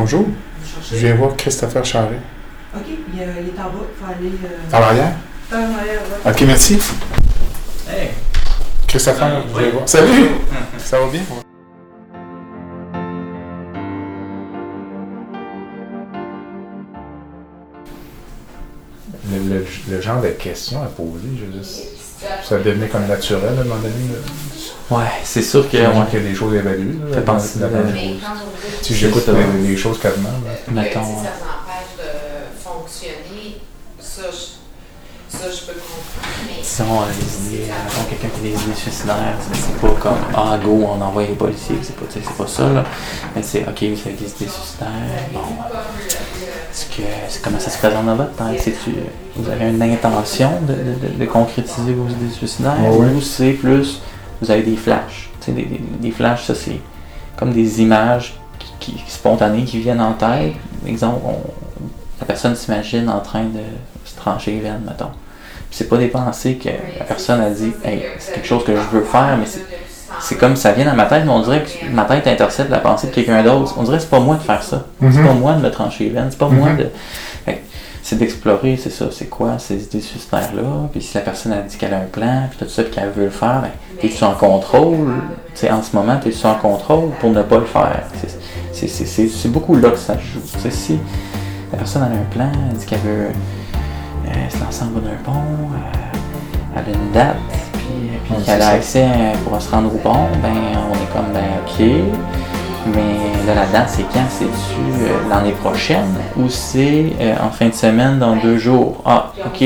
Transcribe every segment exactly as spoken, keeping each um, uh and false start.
Bonjour. Je viens voir Christopher Charret. OK, il, euh, il est en bas. Il faut aller... Euh... En arrière? En arrière, ouais. OK, merci. Hey! Christopher, euh, je oui. viens voir. Salut! Ça va bien? Le, le, le genre de questions à poser, je veux dire, ça devenait comme naturel à un moment donné. Là. Ouais, c'est sûr que. Ouais. Ouais. qu'il y a des choses à évaluer. Là, Fait penser dans- dans- de- Si j'écoute ça. les, les choses quasiment. Là. Mettons. Si ça vous empêche de fonctionner, ça, je, ça, je peux comprendre. Mais Disons, euh, les idées, euh, mettons, quelqu'un qui a des idées suicidaires, c'est, c'est pas comme ah go, on envoie les policiers, c'est pas, c'est pas ça là. Mais c'est ok, vous avez des idées suicidaires, bon. Est-ce que c'est comment ça se présente dans votre tête? C'est-tu, vous avez une intention de, de, de, de concrétiser vos idées suicidaires Oh oui. ou c'est plus vous avez des flashs? Tu sais, des, des, des flashs, ça c'est comme des images qui, qui, spontanées qui viennent en tête. Exemple, on, la personne s'imagine en train de se trancher les veines, mettons. Puis c'est pas des pensées que la personne a dit hey, c'est quelque chose que je veux faire, mais c'est, c'est comme ça vient dans ma tête, mais on dirait que ma tête intercepte la pensée de quelqu'un d'autre. On dirait que c'est pas moi de faire ça. Mm-hmm. C'est pas moi de me trancher les veines, c'est pas mm-hmm. moi de. Fait que c'est d'explorer, c'est ça, c'est quoi ces idées suicidaires-là. Puis si la personne a dit qu'elle a un plan, puis tout ça, puis qu'elle veut le faire, ben, t'es-tu en contrôle? Tu sais, en ce moment, t'es-tu en contrôle pour ne pas le faire? C'est, c'est, c'est, c'est, c'est beaucoup là que ça se joue. Tu sais, si la personne a un plan, elle dit qu'elle veut euh, se lancer en bas d'un pont, euh, elle a une date, puis, puis ouais, qu'elle a accès euh, pour se rendre au pont, ben on est comme, ben ok. Mais là, la date, c'est quand? C'est-tu euh, l'année prochaine ou c'est euh, en fin de semaine dans deux jours? Ah, ok.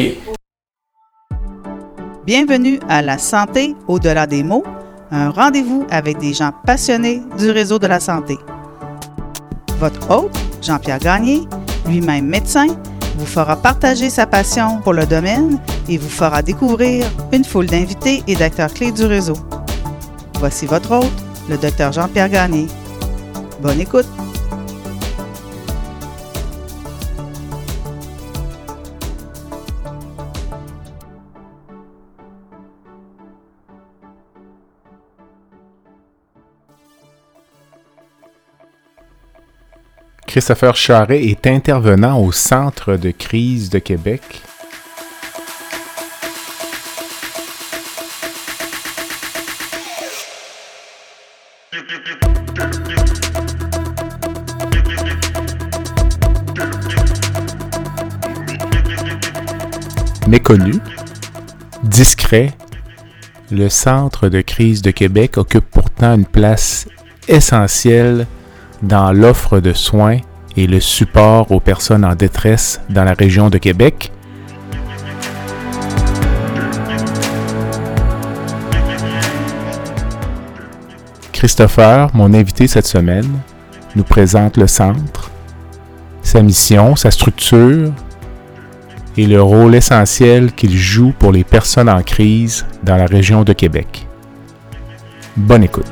Bienvenue à La Santé au-delà des mots, un rendez-vous avec des gens passionnés du réseau de la santé. Votre hôte, Jean-Pierre Gagné, lui-même médecin, vous fera partager sa passion pour le domaine et vous fera découvrir une foule d'invités et d'acteurs clés du réseau. Voici votre hôte, le docteur Jean-Pierre Gagné. Bonne écoute! Christopher Charret est intervenant au Centre de crise de Québec. Méconnu, discret, le Centre de crise de Québec occupe pourtant une place essentielle dans l'offre de soins et le support aux personnes en détresse dans la région de Québec. Christopher, mon invité cette semaine, nous présente le centre, sa mission, sa structure et le rôle essentiel qu'il joue pour les personnes en crise dans la région de Québec. Bonne écoute.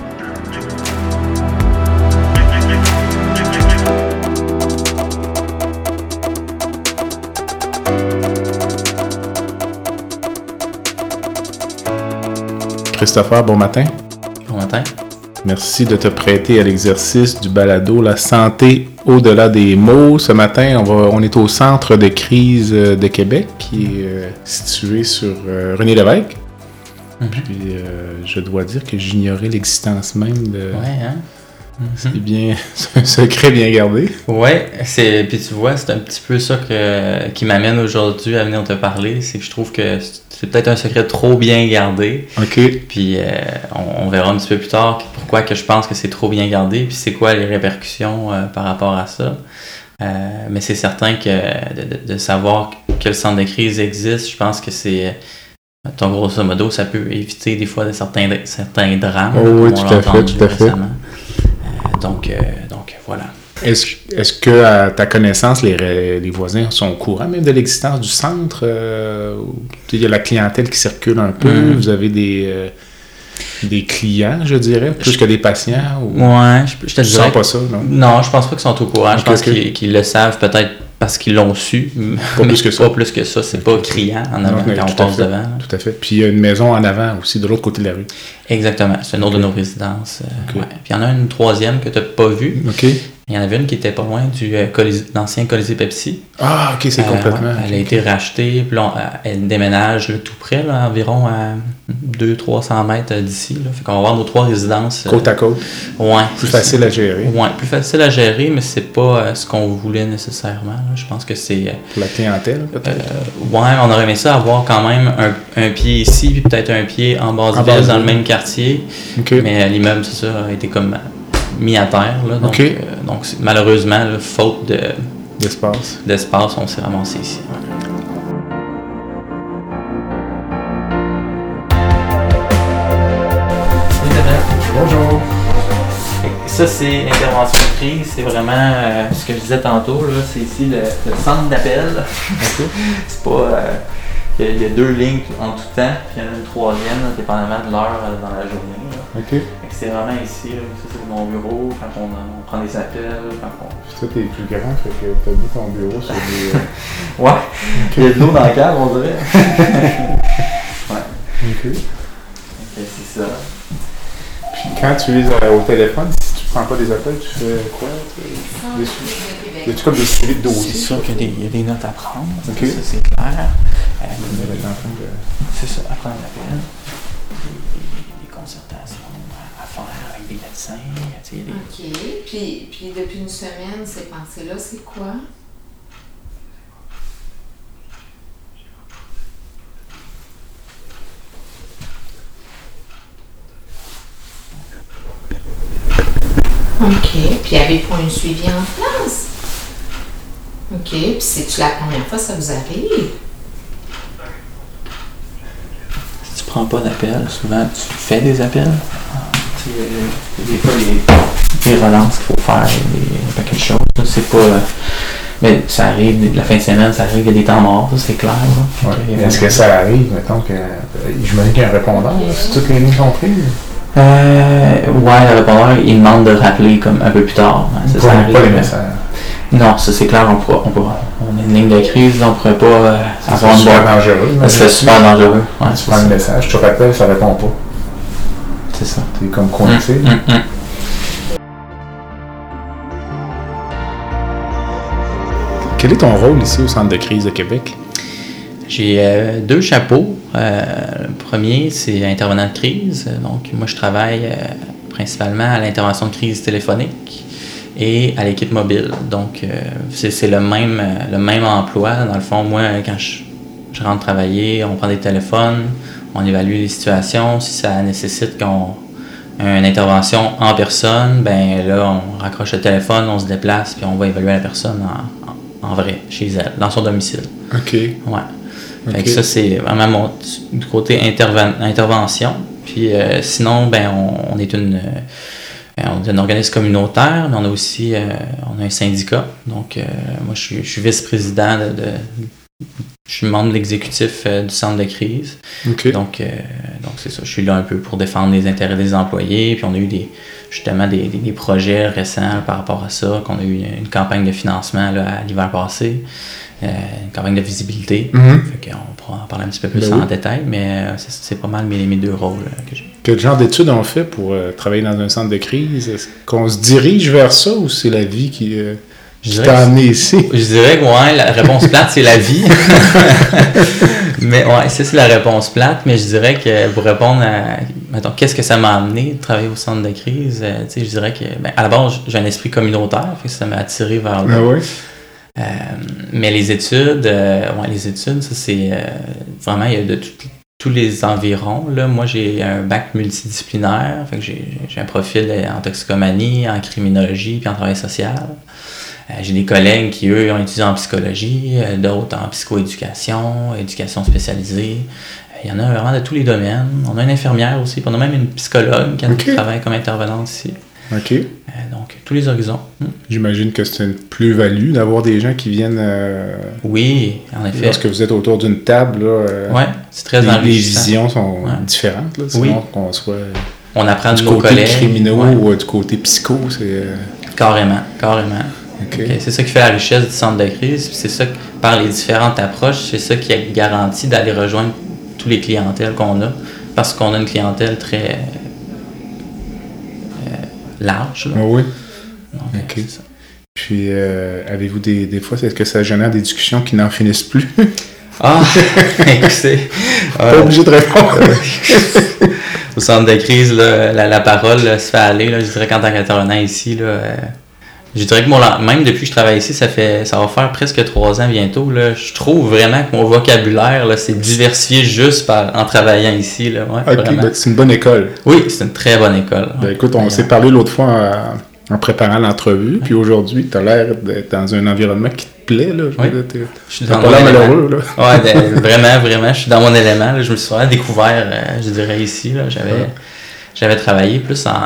Christopher, bon matin. Bon matin. Merci de te prêter à l'exercice du balado La santé au-delà des mots. Ce matin, on, va, on est au Centre de crise de Québec, qui est euh, situé sur euh, René Lévesque. Mm-hmm. Puis, euh, je dois dire que j'ignorais l'existence même de... Ouais, hein? Mm-hmm. C'est bien... c'est un secret bien gardé. Ouais, c'est... Puis tu vois, c'est un petit peu ça que... qui m'amène aujourd'hui à venir te parler. C'est que je trouve que c'est peut-être un secret trop bien gardé. OK. Puis euh, on, on verra un petit peu plus tard pourquoi que je pense que c'est trop bien gardé, puis c'est quoi les répercussions euh, par rapport à ça. Euh, mais c'est certain que de, de, de savoir que le centre de crise existe, je pense que c'est... Mettons, grosso modo, ça peut éviter des fois de certains, certains drames. Oh oui, tout à fait, tout à fait. Euh, donc, euh, donc, voilà. Est-ce, est-ce que, à ta connaissance, les, les voisins sont au courant même de l'existence du centre? Euh, il y a la clientèle qui circule un peu. Mm. Vous avez des, euh, des clients, je dirais, plus je, que des patients? Ou... Ouais, je, je te dirais. Tu sens pas ça, non? Non, je pense pas qu'ils sont au courant. Okay, je pense okay. qu'ils, qu'ils le savent peut-être parce qu'ils l'ont su. Pas plus que ça. Pas plus que ça. C'est okay. Pas criant en avant non, quand on passe devant. Tout à fait. Puis il y a une maison en avant aussi, de l'autre côté de la rue. Exactement. C'est une autre okay. de nos résidences. Okay. Ouais. Puis il y en a une troisième que tu n'as pas vue. Okay. Il y en avait une qui était pas loin du euh, Colisée, l'ancien Colisée Pepsi. Ah, ok, c'est Euh, complètement. ouais, elle a été rachetée, puis là, on- elle déménage là, tout près, là, environ à deux cents à trois cents mètres d'ici. Là. Fait qu'on va avoir nos trois résidences. euh, Côte à côte. ouais, Plus c'est facile à gérer. ça. Ouais, plus facile à gérer, mais c'est pas euh, ce qu'on voulait nécessairement. là. Je pense que c'est. euh, Pour la clientèle, peut-être. euh, ouais, on aurait aimé ça avoir quand même un, un pied ici, puis peut-être un pied en bas En de ville, dans Basse-Ville. le même quartier. ok. Mais euh, l'immeuble, c'est ça, a été comme mis à terre. Là, donc, Ok. euh, donc c'est- malheureusement, là, faute de, D'espace. d'espace, on s'est ramassé ici. Bonjour. Ça, c'est intervention de crise. C'est vraiment euh, ce que je disais tantôt. Là, c'est ici le, le centre d'appel. C'est pas. Euh, il y a- il y a deux lignes en tout temps, puis il y en a une troisième, là, dépendamment de l'heure euh, dans la journée. là. Ok. Fait que c'est vraiment ici. Là, ça, c'est mon bureau. Quand on, on prend des appels. Quand on... Puis toi, t'es plus grand, fait que t'as mis ton bureau sur des. euh, Ouais, il y a de l'eau dans le cave, on dirait. ouais, ok. ok, c'est ça. Puis quand tu es euh, au téléphone, si tu prends pas des appels, tu fais quoi? tu- Des suivis? Y a-tu comme des suivis de C'est dossiers? sûr qu'il y a des, il y a des notes à prendre. Ok. Ça, c'est clair. Euh, On va être en train de- c'est ça, à prendre l'appel. Des, des concertations à faire avec des médecins. Tu sais, des... OK. Puis, puis depuis une semaine, ces pensées-là, c'est quoi? OK. Puis avez-vous un suivi en place? OK. Puis c'est-tu la première fois que ça vous arrive? Si tu prends pas d'appel, souvent tu fais des appels. Ah, tu sais, il y a des fois des, des relances qu'il faut faire, des, pas quelque chose. là, C'est pas. euh, mais ça arrive, de la fin de semaine, ça arrive, il y a des temps morts, ça, c'est clair. là. Ouais. Fait que, Est-ce que ça arrive, mettons, que. J'imagine qu'il y a un répondeur, là, si toutes les lignes sont prises? Euh, ouais, le répondeur, il demande de rappeler comme un peu plus tard. hein, ça, Pas, ça arrive, pas les mais- messages. Non, ça c'est clair, on pourra, on pourra. On a une ligne de crise, on pourrait pas euh, Ça avoir serait une super boîte. dangereux. Ça serait super dangereux. Ouais, Tu c'est prends ça. le message, tu rappelles, ça répond pas. C'est ça. T'es comme coincé. Hum, hum, hum. Quel est ton rôle ici au Centre de crise de Québec? J'ai euh, deux chapeaux. Euh, le premier, c'est intervenant de crise. Donc, moi, je travaille euh, principalement à l'intervention de crise téléphonique et à l'équipe mobile. Donc, euh, c'est, c'est le même, euh, le même emploi. Dans le fond, moi, quand je, je rentre travailler, on prend des téléphones, on évalue les situations. Si ça nécessite qu'on une intervention en personne, ben là, on raccroche le téléphone, on se déplace, puis on va évaluer la personne en, en, en vrai, chez elle, dans son domicile. OK. Ouais. Ok. Fait que ça, c'est vraiment mon, du côté interven- intervention. Puis euh, sinon, ben, on, on est une, euh, on est un organisme communautaire, mais on a aussi euh, on a un syndicat. Donc, euh, moi, je suis, je suis vice-président de, de- je suis membre de l'exécutif euh, du centre de crise. OK. Donc, euh, donc c'est ça. Je suis là un peu pour défendre les intérêts des employés. Puis on a eu des, justement des, des, des projets récents par rapport à ça, qu'on a eu une, une campagne de financement là, à l'hiver passé, euh, une campagne de visibilité. Mhm. Fait qu'on pourra en parler un petit peu plus Ben en oui. détail, mais euh, c'est, c'est pas mal mes, mes deux rôles euh, que j'ai. Quel genre d'études on fait pour euh, travailler dans un centre de crise? Est-ce qu'on se dirige vers ça ou c'est la vie qui, euh, Je qui dirais t'a que- amené ici? Je dirais que ouais, la réponse plate, c'est la vie. mais ouais, ça, c'est la réponse plate, mais je dirais que pour répondre à, mettons, qu'est-ce que ça m'a amené de travailler au centre de crise, euh, tu sais, je dirais que, ben, à la base, j'ai un esprit communautaire, fait que ça m'a attiré vers là. Ah oui? Euh, mais les études, euh, ouais, les études, ça, c'est euh, vraiment, il y a de tout- tous les environs. Là. Moi, j'ai un bac multidisciplinaire, fait que j'ai, j'ai un profil en toxicomanie, en criminologie, puis en travail social. Euh, j'ai des collègues qui, eux, ont étudié en psychologie, euh, d'autres en psychoéducation, éducation spécialisée. Euh, il y en a vraiment de tous les domaines. On a une infirmière aussi, puis on a même une psychologue qui Ok. travaille comme intervenante ici. OK. Euh, donc, tous les horizons. Hmm. J'imagine que c'est une plus-value d'avoir des gens qui viennent, euh, Oui, en effet. lorsque vous êtes autour d'une table, là, euh, Ouais, c'est très les, les enrichissant. visions sont Ouais. différentes. Là, sinon Oui. qu'on soit On apprend du de nos côté collègues. criminaux Ouais, ou euh, du côté psycho. C'est, euh, carrément, carrément. OK. Ok, c'est ça qui fait la richesse du centre de crise. Puis c'est ça, que, par les différentes approches, c'est ça qui a garanti d'aller rejoindre tous les clientèles qu'on a. Parce qu'on a une clientèle très euh, large. Là. Ah oui? Donc, Ok. c'est ça. Puis, euh, avez-vous des, des fois, est-ce que ça génère des discussions qui n'en finissent plus? Ah, écoutez. Pas euh, obligé de répondre. Au centre de crise, là, la, la parole là, se fait aller. Là, je dirais qu'en tant qu'intervenant ici, là, euh, je dirais que mon, même depuis que je travaille ici, ça fait ça va faire presque trois ans bientôt. Là, je trouve vraiment que mon vocabulaire là, s'est diversifié juste par, en travaillant ici. Là, ouais, Ok, ben, c'est une bonne école. Oui, c'est une très bonne école. Ben, Ouais. écoute, on Ouais. s'est parlé l'autre fois en, en préparant l'entrevue, puis aujourd'hui, tu as l'air d'être dans un environnement qui te plaît. Là. Je Oui. veux dire, t'es- Je suis t'as dans pas mon l'air élément. malheureux. Là. Ouais, de- vraiment, vraiment, je suis dans mon élément. Là. Je me suis vraiment découvert, euh, je dirais, ici. Là. J'avais, Ouais. j'avais travaillé plus en...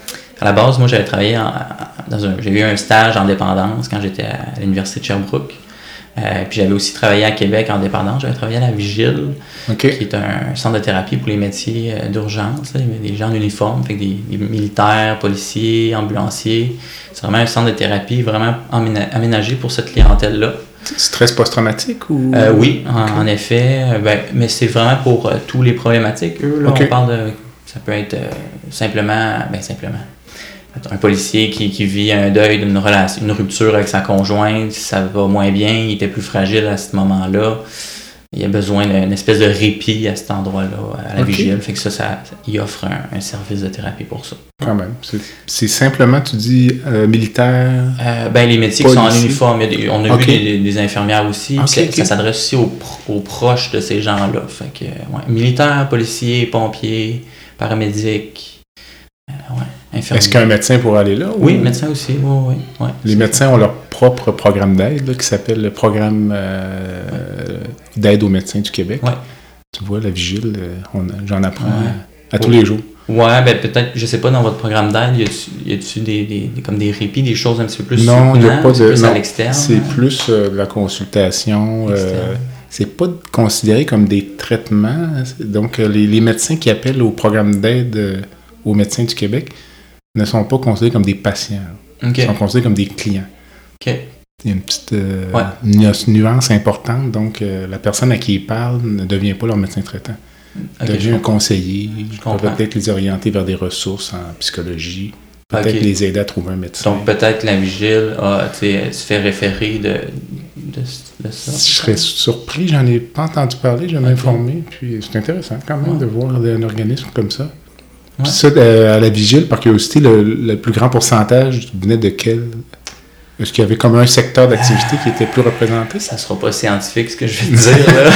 À la base, moi, j'avais travaillé en, dans un... J'ai eu un stage en dépendance quand j'étais à l'université de Sherbrooke. Euh, puis j'avais aussi travaillé à Québec en dépendance. J'avais travaillé à la Vigile, OK. qui est un centre de thérapie pour les métiers euh, d'urgence. Là. Il y a des gens en uniforme, fait que des, des militaires, policiers, ambulanciers. C'est vraiment un centre de thérapie vraiment emména- aménagé pour cette clientèle-là. Stress post-traumatique ou... Euh, oui, en, Ok. en effet. Euh, ben, mais c'est vraiment pour euh, tous les problématiques. Eux, là, Ok. on parle de... Ça peut être euh, simplement... Ben, simplement. Un policier qui, qui vit un deuil d'une relation, une rupture avec sa conjointe, ça va moins bien, il était plus fragile à ce moment-là. Il a besoin d'une espèce de répit à cet endroit-là, à la Ok. vigile. Fait que ça, ça il offre un, un service de thérapie pour ça. Quand même. C'est, c'est simplement, tu dis, euh, militaire... Euh, ben, les métiers qui sont en Policier. uniforme, il y a des- on a Ok. vu des, des- des infirmières aussi. Ok, Ça, ok. ça s'adresse aussi aux, pro- aux proches de ces gens-là. Fait que, ouais, militaires, policiers, pompiers, paramédics, euh, ouais, infirmiers. Est-ce qu'un médecin pourrait aller là? Oui, ou- médecins aussi, oui, oui. Ouais, Les médecins ont leur propre programme d'aide là, qui s'appelle le programme euh, d'aide aux médecins du Québec. Ouais. Tu vois, la vigile, euh, on, j'en apprends Ouais. à tous Oui. les jours. Ouais, ben peut-être, je sais pas, dans votre programme d'aide, y a-tu, y a-tu des, des, des- comme des répits, des choses un petit peu plus Non, il n'y a soutenantes, pas de. plus non, à l'externe? c'est plus euh, de la consultation. euh, Externe. c'est pas considéré comme des traitements. Donc, euh, les, les médecins qui appellent au programme d'aide euh, aux médecins du Québec ne sont pas considérés comme des patients. OK. Ils sont considérés comme des clients. OK. Il y a une petite euh, Ouais. nu- nuance importante. Donc, euh, la personne à qui ils parlent ne devient pas leur médecin traitant. OK, devient je un comprends. conseiller. Je peut comprends. peut-être les orienter vers des ressources en psychologie. Peut-être Ok. les aider à trouver un médecin. Donc peut-être que la vigile a, tu sais, se fait référer de, de, de ça. Je serais surpris, j'en ai pas entendu parler, je vais Ok. m'informer. Puis c'est intéressant quand même Ouais. de voir un organisme comme ça. Puis Ouais. ça, euh, à la vigile, par curiosité, le, le plus grand pourcentage venait de quel? Est-ce qu'il y avait comme un secteur d'activité qui était plus représenté? Ça sera pas scientifique ce que je vais te dire là.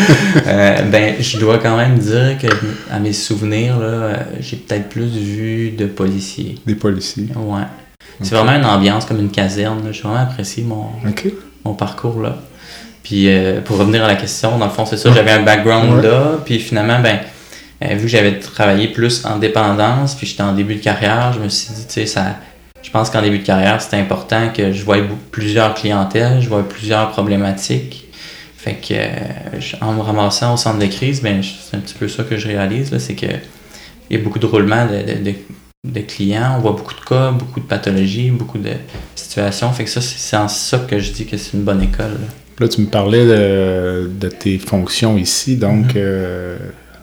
Euh, ben je dois quand même dire que à mes souvenirs là, euh, j'ai peut-être plus vu de policiers. Des policiers. Ouais. C'est Ok. vraiment une ambiance comme une caserne. Là. J'ai vraiment apprécié mon, OK. mon parcours là. Puis euh, pour revenir à la question, dans le fond c'est ça, j'avais un background Ouais. là, puis finalement ben euh, vu que j'avais travaillé plus en dépendance, puis j'étais en début de carrière, je me suis dit tu sais ça, je pense qu'en début de carrière c'était important que je voie bou- plusieurs clientèles, je vois plusieurs problématiques. Fait que euh, je- en me ramassant au centre de crise, ben je- c'est un petit peu ça que je réalise là, c'est que il y a beaucoup de roulements de, de, de de clients, on voit beaucoup de cas, beaucoup de pathologies, beaucoup de situations. Fait que ça, c'est c'est en ça que je dis que c'est une bonne école. Là. Là, tu me parlais de, de tes fonctions ici, donc Mhm. euh,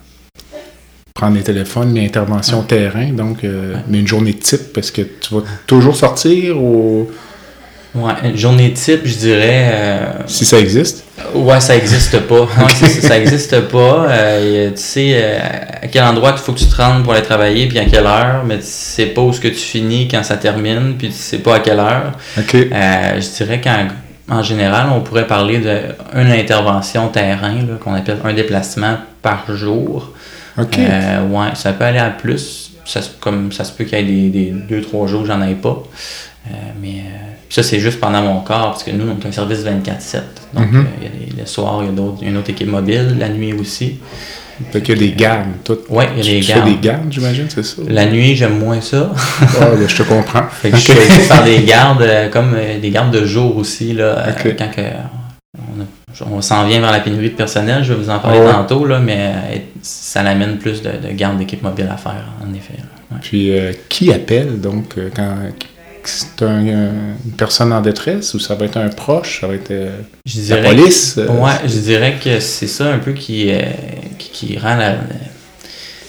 prendre les téléphones, mais intervention Ouais. terrain, donc euh, Ouais. mais une journée type, parce que tu vas toujours sortir ou Ouais, une journée type, je dirais. euh, si ça existe? Ouais, ça existe pas. Ouais, c'est ça, ça existe pas. Euh, tu sais euh, à quel endroit il faut que tu te rendes pour aller travailler, puis à quelle heure, mais tu sais pas où ce que tu finis quand ça termine, puis tu sais pas à quelle heure. OK. Euh, je dirais qu'en en général, on pourrait parler d'une intervention terrain, là, qu'on appelle un déplacement par jour. OK. Euh, ouais, ça peut aller à plus. Ça, se- comme ça se peut qu'il y ait des, des deux, trois jours que j'en ai pas. Euh, mais euh, ça, c'est juste pendant mon corps, parce que nous, on a un service vingt-quatre sept. Donc, Mhm. euh, il y a des, le soir, il y a d'autres, il y a une autre équipe mobile, la nuit aussi. Fait qu'il y a des gardes. Tout. Ouais, il y a Tu- des tu gardes. fais des gardes, j'imagine, c'est ça? La nuit, j'aime moins ça. Ah, ben, je te comprends. Fait que je OK. choisis de faire des gardes, euh, comme euh, des gardes de jour aussi, là, euh, Ok. quand que, on, a- on s'en vient vers la pénurie de personnel, je vais vous en parler Ah ouais. tantôt, là, mais euh, ça l'amène plus de, de garde d'équipe mobile à faire, en effet. là. Ouais. Puis, euh, qui appelle, donc, euh, quand c'est un, euh, une personne en détresse ou ça va être un proche, ça va être euh, Je la dirais police? euh, Ouais, je dirais que c'est ça un peu qui, euh, qui, qui rend la,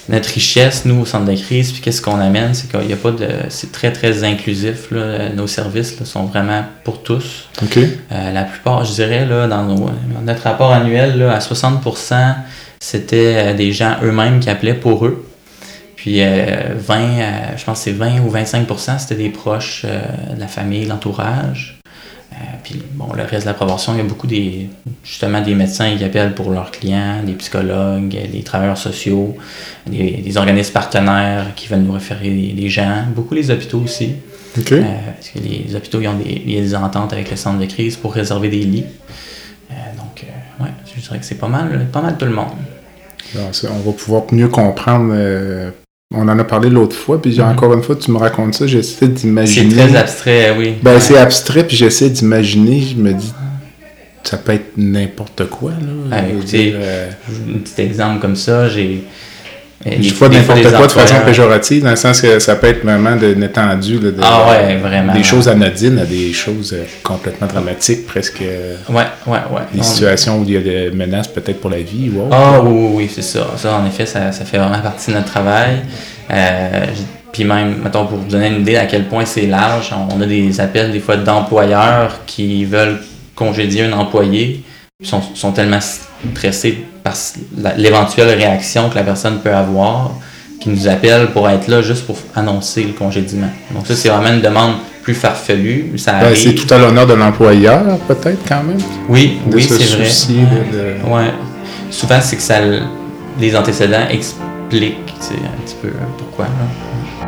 notre richesse, nous, au centre de crise, puis qu'est-ce qu'on amène, c'est qu'il n'y a pas de... C'est très, très inclusif, là. Nos services là, sont vraiment pour tous. OK. Euh, la plupart, je dirais, là, dans nos, notre rapport annuel, là, à soixante pour cent, c'était des gens eux-mêmes qui appelaient pour eux. Puis euh, vingt, euh, je pense que c'est vingt ou vingt-cinq pour cent, c'était des proches euh, de la famille, de l'entourage. Euh, puis bon, le reste de la proportion, il y a beaucoup des, justement des médecins qui appellent pour leurs clients, des psychologues, des travailleurs sociaux, des, des organismes partenaires qui veulent nous référer des, des gens, beaucoup les hôpitaux aussi. OK. Euh, parce que les hôpitaux, ils ont des, il y a des ententes avec le centre de crise pour réserver des lits. Euh, donc, euh, ouais, je dirais que c'est pas mal, pas mal tout le monde. Alors, ça, on va pouvoir mieux comprendre. Euh, on en a parlé l'autre fois, puis Mm-hmm. encore une fois, tu me racontes ça, j'essaie d'imaginer. C'est très abstrait, oui. Ben, Ouais. c'est abstrait, puis j'essaie d'imaginer, je me dis, ça peut être n'importe quoi, là. Ouais, Je veux écoutez, dire, euh, Un petit exemple comme ça, j'ai... euh, je des- dis pas des fois, n'importe les quoi de façon employeurs- péjorative, dans le sens que ça peut être vraiment de- une étendue, là, de, Ah ouais, vraiment. des choses anodines à des choses euh, complètement dramatiques, presque euh, Ouais, ouais, ouais. des On- situations où il y a des menaces peut-être pour la vie ou autre. Ah oui, oui, oui, c'est ça. Ça, en effet, ça, ça fait vraiment partie de notre travail. Euh, j- puis même, mettons, pour vous donner une idée à quel point c'est large, on a des appels des fois d'employeurs qui veulent congédier un employé, ils sont, sont tellement stressés par la- l'éventuelle réaction que la personne peut avoir, qui nous appellent pour être là juste pour annoncer le congédiement. Donc ça, c'est vraiment une demande plus farfelue. Ça Ben, arrive. c'est tout à l'honneur de l'employeur, peut-être, quand même. Oui, de oui, se c'est vrai. soucier de- de- Ouais. Souvent, c'est que ça, les antécédents expliquent, tu sais, un petit peu euh, pourquoi. Là.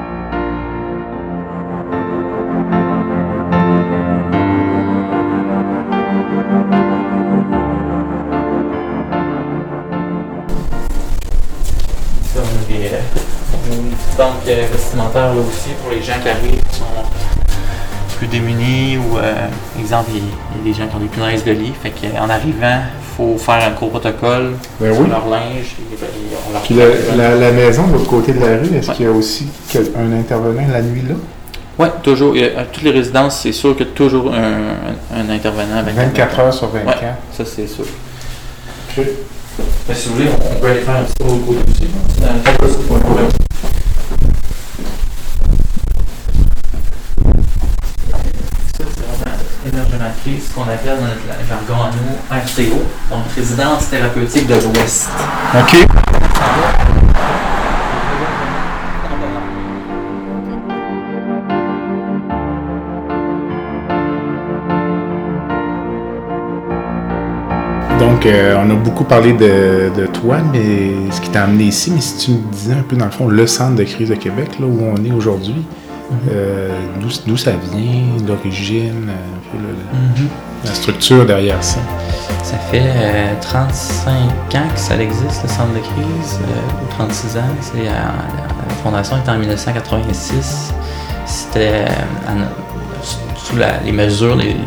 Ça, on a des, euh, on a une petite banque euh, vestimentaire là aussi pour les gens qui arrivent, qui sont plus démunis ou, euh, exemple, il y, il y a des gens qui ont des punaises de lit. Fait qu'en arrivant, il faut faire un court protocole Ben sur oui. leur linge. Et, et on leur Puis la, la, la maison de l'autre côté de la rue, est-ce Ouais. qu'il y a aussi quel- un intervenant la nuit là? Oui, toujours. Il y a- à toutes les résidences, c'est sûr qu'il y a toujours un, un intervenant. avec vingt-quatre heures sur vingt-quatre. Ouais, ça c'est sûr. Ok. Mais si vous voulez, on peut aller faire un petit tour au côté aussi. C'est un peu ça pour le problème. Ça, c'est vraiment hébergement de crise, ce qu'on appelle dans notre jargon à nous R T O, donc résidence thérapeutique de l'Ouest. OK. Donc, euh, on a beaucoup parlé de, de toi, mais ce qui t'a amené ici, mais si tu me disais un peu, dans le fond, le centre de crise de Québec, là où on est aujourd'hui, euh, d'où, d'où ça vient, l'origine, un peu le- Mm-hmm. la structure derrière ça. Ça fait euh, trente-cinq ans que ça existe, le centre de crise, euh, ou trente-six ans. C'est, euh, la fondation était en dix-neuf cent quatre-vingt-six. C'était euh, en- sous la- les mesures, les, les-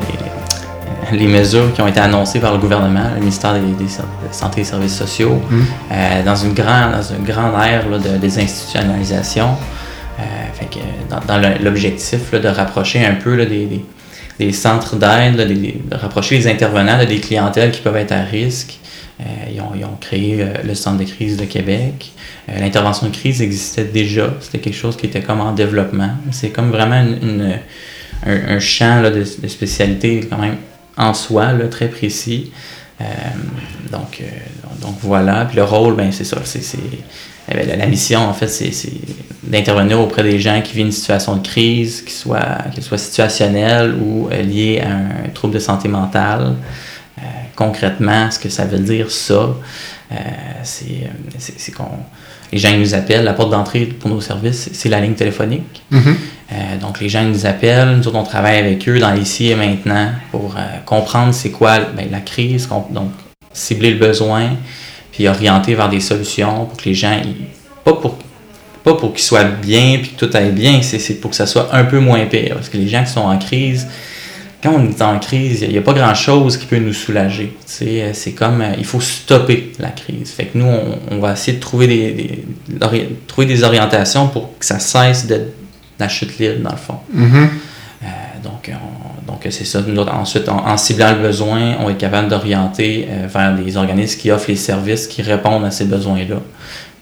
les- les mesures qui ont été annoncées par le gouvernement, le ministère des, des Ser- de Santé et des Services sociaux, Mm. euh, dans une grande, dans une grande ère là, de désinstitutionnalisation. Euh, fait que dans, dans le- l'objectif là, de rapprocher un peu là, des, des des centres d'aide, là, des, des- de rapprocher les intervenants là, des clientèles qui peuvent être à risque. Euh, ils, ont, ils ont créé euh, le centre de crise de Québec. Euh, l'intervention de crise existait déjà. C'était quelque chose qui était comme en développement. C'est comme vraiment une, une- un, un champ là, de, de spécialité quand même en soi, là, très précis. Euh, donc, euh, donc voilà. Puis le rôle, ben c'est ça. C'est, c'est, eh bien, la, la mission, en fait, c'est, c'est d'intervenir auprès des gens qui vivent une situation de crise, qui soit, qu'elle soit situationnelle ou euh, liée à un trouble de santé mentale. Euh, concrètement, ce que ça veut dire, ça, euh, c'est, c'est, c'est qu'on... Les gens ils nous appellent, la porte d'entrée pour nos services, c'est, c'est la ligne téléphonique. Mm-hmm. Euh, donc, les gens ils nous appellent, nous autres, on travaille avec eux dans l'ici et maintenant pour euh, comprendre c'est quoi ben, la crise, donc cibler le besoin, puis orienter vers des solutions pour que les gens, ils, pas pour pas pour qu'ils soient bien puis que tout aille bien, c'est, c'est pour que ça soit un peu moins pire. Parce que les gens qui sont en crise, quand on est en crise, il n'y a pas grand-chose qui peut nous soulager. T'sais, c'est comme, il faut stopper la crise. Fait que nous, on, on va essayer de trouver des, des, ori- trouver des orientations pour que ça cesse d'être la chute libre, dans le fond. Mm-hmm. Euh, donc, on- donc, c'est ça. Nous autres, ensuite, on- en ciblant le besoin, on est capable d'orienter euh, vers des organismes qui offrent les services qui répondent à ces besoins-là.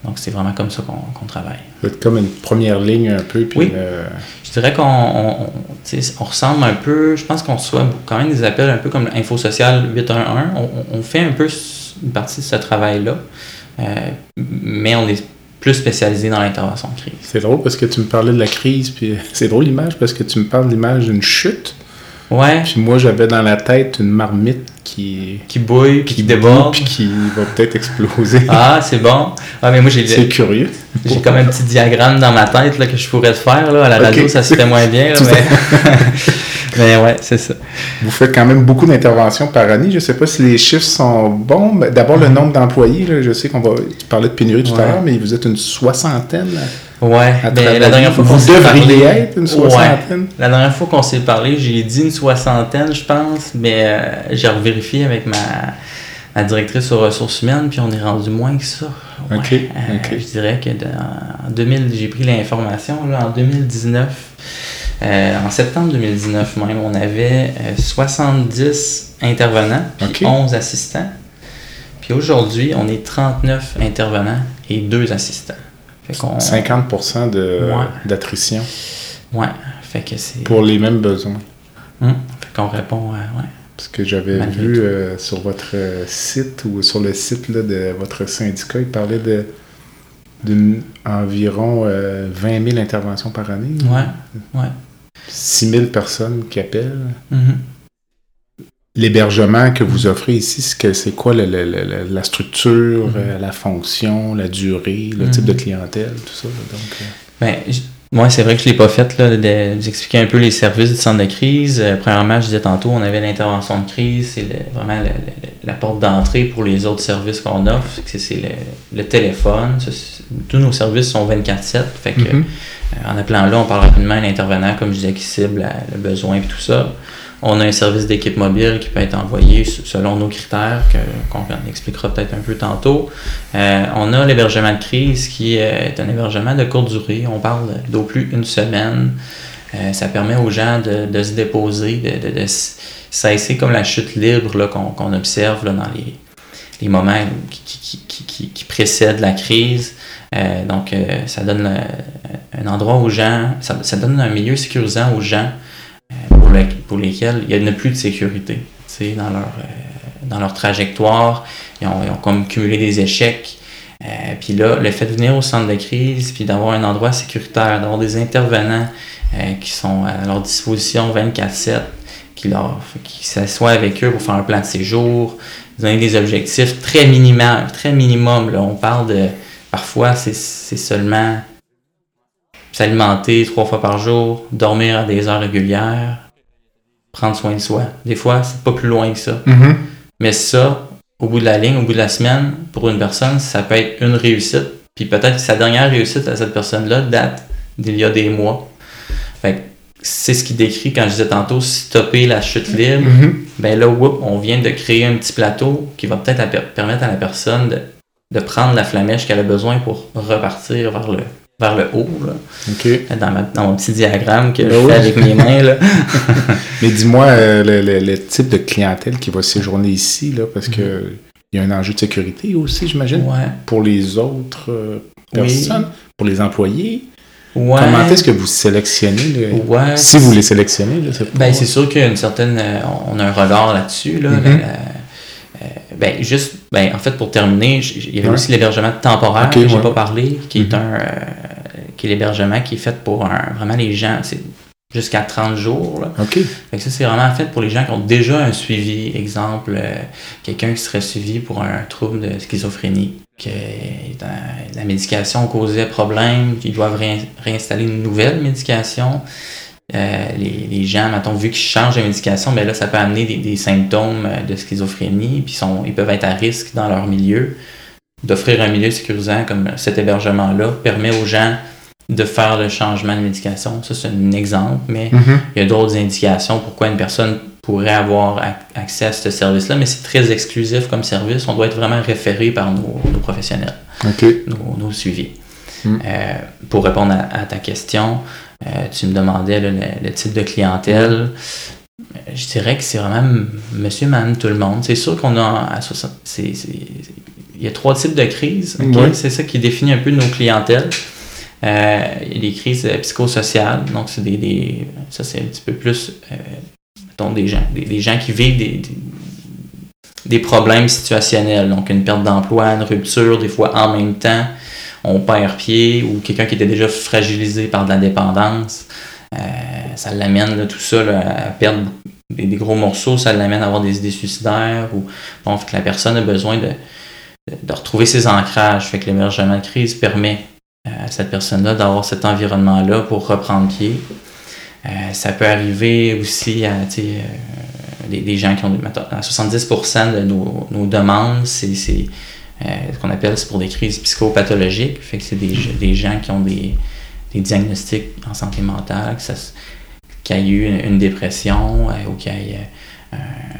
Donc, c'est vraiment comme ça qu'on, qu'on travaille. Vous êtes comme une première ligne un peu. Puis oui. euh... Je dirais qu'on on, on, on ressemble un peu, je pense qu'on reçoit quand même des appels un peu comme l'Info Social huit un un. On, on fait un peu une partie de ce travail-là, euh, mais on est plus spécialisé dans l'intervention de crise. C'est drôle parce que tu me parlais de la crise, puis c'est drôle l'image parce que tu me parles de l'image d'une chute. Ouais. Puis moi, j'avais dans la tête une marmite qui... Qui bouille, puis qui, qui déborde. Puis qui va peut-être exploser. Ah, c'est bon. Ah, mais moi, j'ai... C'est curieux. J'ai comme un petit diagramme dans ma tête là, que je pourrais te faire. Là. À la radio, okay. Ça se fait moins bien. Là, mais... mais ouais, c'est ça. Vous faites quand même beaucoup d'interventions par année. Je ne sais pas si les chiffres sont bons. D'abord, mm-hmm. le nombre d'employés. Là, je sais qu'on va... Tu parlais de pénurie tout ouais. à l'heure, mais vous êtes une soixantaine. Là. Ouais, mais la dernière fois qu'on vous s'est parlé... devriez être une soixantaine. Ouais. La dernière fois qu'on s'est parlé, j'ai dit une soixantaine, je pense, mais euh, j'ai revérifié avec ma, ma directrice aux ressources humaines, puis on est rendu moins que ça. Ouais. Okay. Euh, okay. Je dirais que dans, en deux mille, j'ai pris l'information, là, en deux mille dix-neuf, euh, en septembre deux mille dix-neuf même, on avait euh, soixante-dix intervenants, puis okay. onze assistants. Puis aujourd'hui, on est trente-neuf intervenants et deux assistants. Fait qu'on... cinquante pour cent de, ouais. d'attrition. Ouais, fait que c'est... Pour les mêmes besoins. Hum, fait qu'on répond à... Ouais. Parce que j'avais Malgré vu euh, sur votre site ou sur le site là, de votre syndicat, il parlait de d'environ euh, vingt mille interventions par année. Ouais, ouais. six mille personnes qui appellent. Mm-hmm. L'hébergement que vous offrez ici, c'est, que, c'est quoi le, le, le, la structure, mm-hmm. euh, la fonction, la durée, le mm-hmm. type de clientèle, tout ça? Là, donc, euh... ben, j- moi, c'est vrai que je ne l'ai pas fait, là, de, de, d'expliquer un peu les services du centre de crise. Euh, premièrement, je disais tantôt, on avait l'intervention de crise, c'est le, vraiment le, le, la porte d'entrée pour les autres services qu'on offre. C'est, c'est le, le téléphone. C'est, tous nos services sont vingt-quatre sept. Fait que, mm-hmm. euh, en appelant là, on parle rapidement à l'intervenant, comme je disais, qui cible la, le besoin et tout ça. On a un service d'équipe mobile qui peut être envoyé selon nos critères, que, qu'on expliquera peut-être un peu tantôt. Euh, on a l'hébergement de crise qui est un hébergement de courte durée. On parle d'au plus une semaine. Euh, ça permet aux gens de, de se déposer, de, de, de cesser comme la chute libre là, qu'on, qu'on observe là, dans les, les moments qui, qui, qui, qui, qui précèdent la crise. Euh, donc, euh, ça donne euh, un endroit aux gens, ça, ça donne un milieu sécurisant aux gens Pour, le, pour lesquels il n'y a plus de sécurité dans leur, euh, dans leur trajectoire. Ils ont, ils ont comme cumulé des échecs. Euh, puis là, le fait de venir au centre de crise, puis d'avoir un endroit sécuritaire, d'avoir des intervenants euh, qui sont à leur disposition vingt-quatre sept, qui, leur, qui s'assoient avec eux pour faire un plan de séjour, donner des objectifs très minimum, très minimum. Là. On parle de... Parfois, c'est, c'est seulement... s'alimenter trois fois par jour, dormir à des heures régulières, prendre soin de soi. Des fois, c'est pas plus loin que ça. Mm-hmm. Mais ça, au bout de la ligne, au bout de la semaine, pour une personne, ça peut être une réussite. Puis peut-être que sa dernière réussite à cette personne-là date d'il y a des mois. Fait que c'est ce qu'il décrit quand je disais tantôt, stopper la chute libre. Mm-hmm. Ben là, whoop, on vient de créer un petit plateau qui va peut-être per- permettre à la personne de, de prendre la flamèche qu'elle a besoin pour repartir vers le vers le haut, là. Okay. Dans, ma, dans mon petit diagramme que ben je oui. fais avec mes mains. Là. Mais dis-moi, euh, le, le, le type de clientèle qui va séjourner ici, là, parce que mm-hmm. il y a un enjeu de sécurité aussi, j'imagine, ouais. pour les autres euh, personnes, oui. pour les employés. Ouais. Comment est-ce que vous sélectionnez, là, ouais. si vous les sélectionnez? Là, c'est, ben, c'est sûr qu'il y a une certaine... Euh, on a un regard là-dessus, là, mm-hmm. la, la, Euh, ben juste ben en fait pour terminer il y avait ouais. aussi l'hébergement temporaire okay, que j'ai ouais. pas parlé qui mm-hmm. est un euh, qui est l'hébergement qui est fait pour un, vraiment les gens c'est jusqu'à trente jours là. Okay. Fait que ça c'est vraiment fait pour les gens qui ont déjà un suivi, exemple euh, quelqu'un qui serait suivi pour un trouble de schizophrénie, que euh, la médication causait problème, qu'ils doivent ré- réinstaller une nouvelle médication. Euh, les, les gens, mettons, vu qu'ils changent de médication, ben là, ça peut amener des, des symptômes de schizophrénie, puis sont, ils peuvent être à risque dans leur milieu. D'offrir un milieu sécurisant comme cet hébergement-là permet aux gens de faire le changement de médication. Ça, c'est un exemple, mais mm-hmm. il y a d'autres indications pourquoi une personne pourrait avoir ac- accès à ce service-là, mais c'est très exclusif comme service. On doit être vraiment référé par nos, nos professionnels, okay. nos, nos suivis. Mm. Euh, pour répondre à, à ta question, Euh, tu me demandais là, le, le type de clientèle. Je dirais que c'est vraiment monsieur, madame, tout le monde. C'est sûr qu'on a à soixante, c'est, c'est, il y a trois types de crises. Okay? Oui. C'est ça qui définit un peu nos clientèles. Euh, il y a des crises psychosociales, donc c'est des, des ça c'est un petit peu plus euh, mettons des gens, des, des gens qui vivent des, des, des problèmes situationnels, donc une perte d'emploi, une rupture, des fois en même temps, on perd pied, ou quelqu'un qui était déjà fragilisé par de la dépendance, euh, ça l'amène là, tout ça là, à perdre des, des gros morceaux, ça l'amène à avoir des idées suicidaires, ou bon, fait que la personne a besoin de, de, de retrouver ses ancrages, fait que l'hébergement de crise permet à cette personne-là d'avoir cet environnement-là pour reprendre pied. Euh, ça peut arriver aussi à euh, des, des gens qui ont, à soixante-dix pour cent de nos, nos demandes, c'est, c'est euh, ce qu'on appelle, c'est pour des crises psychopathologiques, fait que c'est des, des gens qui ont des, des diagnostics en santé mentale, que ça, qu'il y ait eu une, une dépression euh, ou qu'il y ait euh,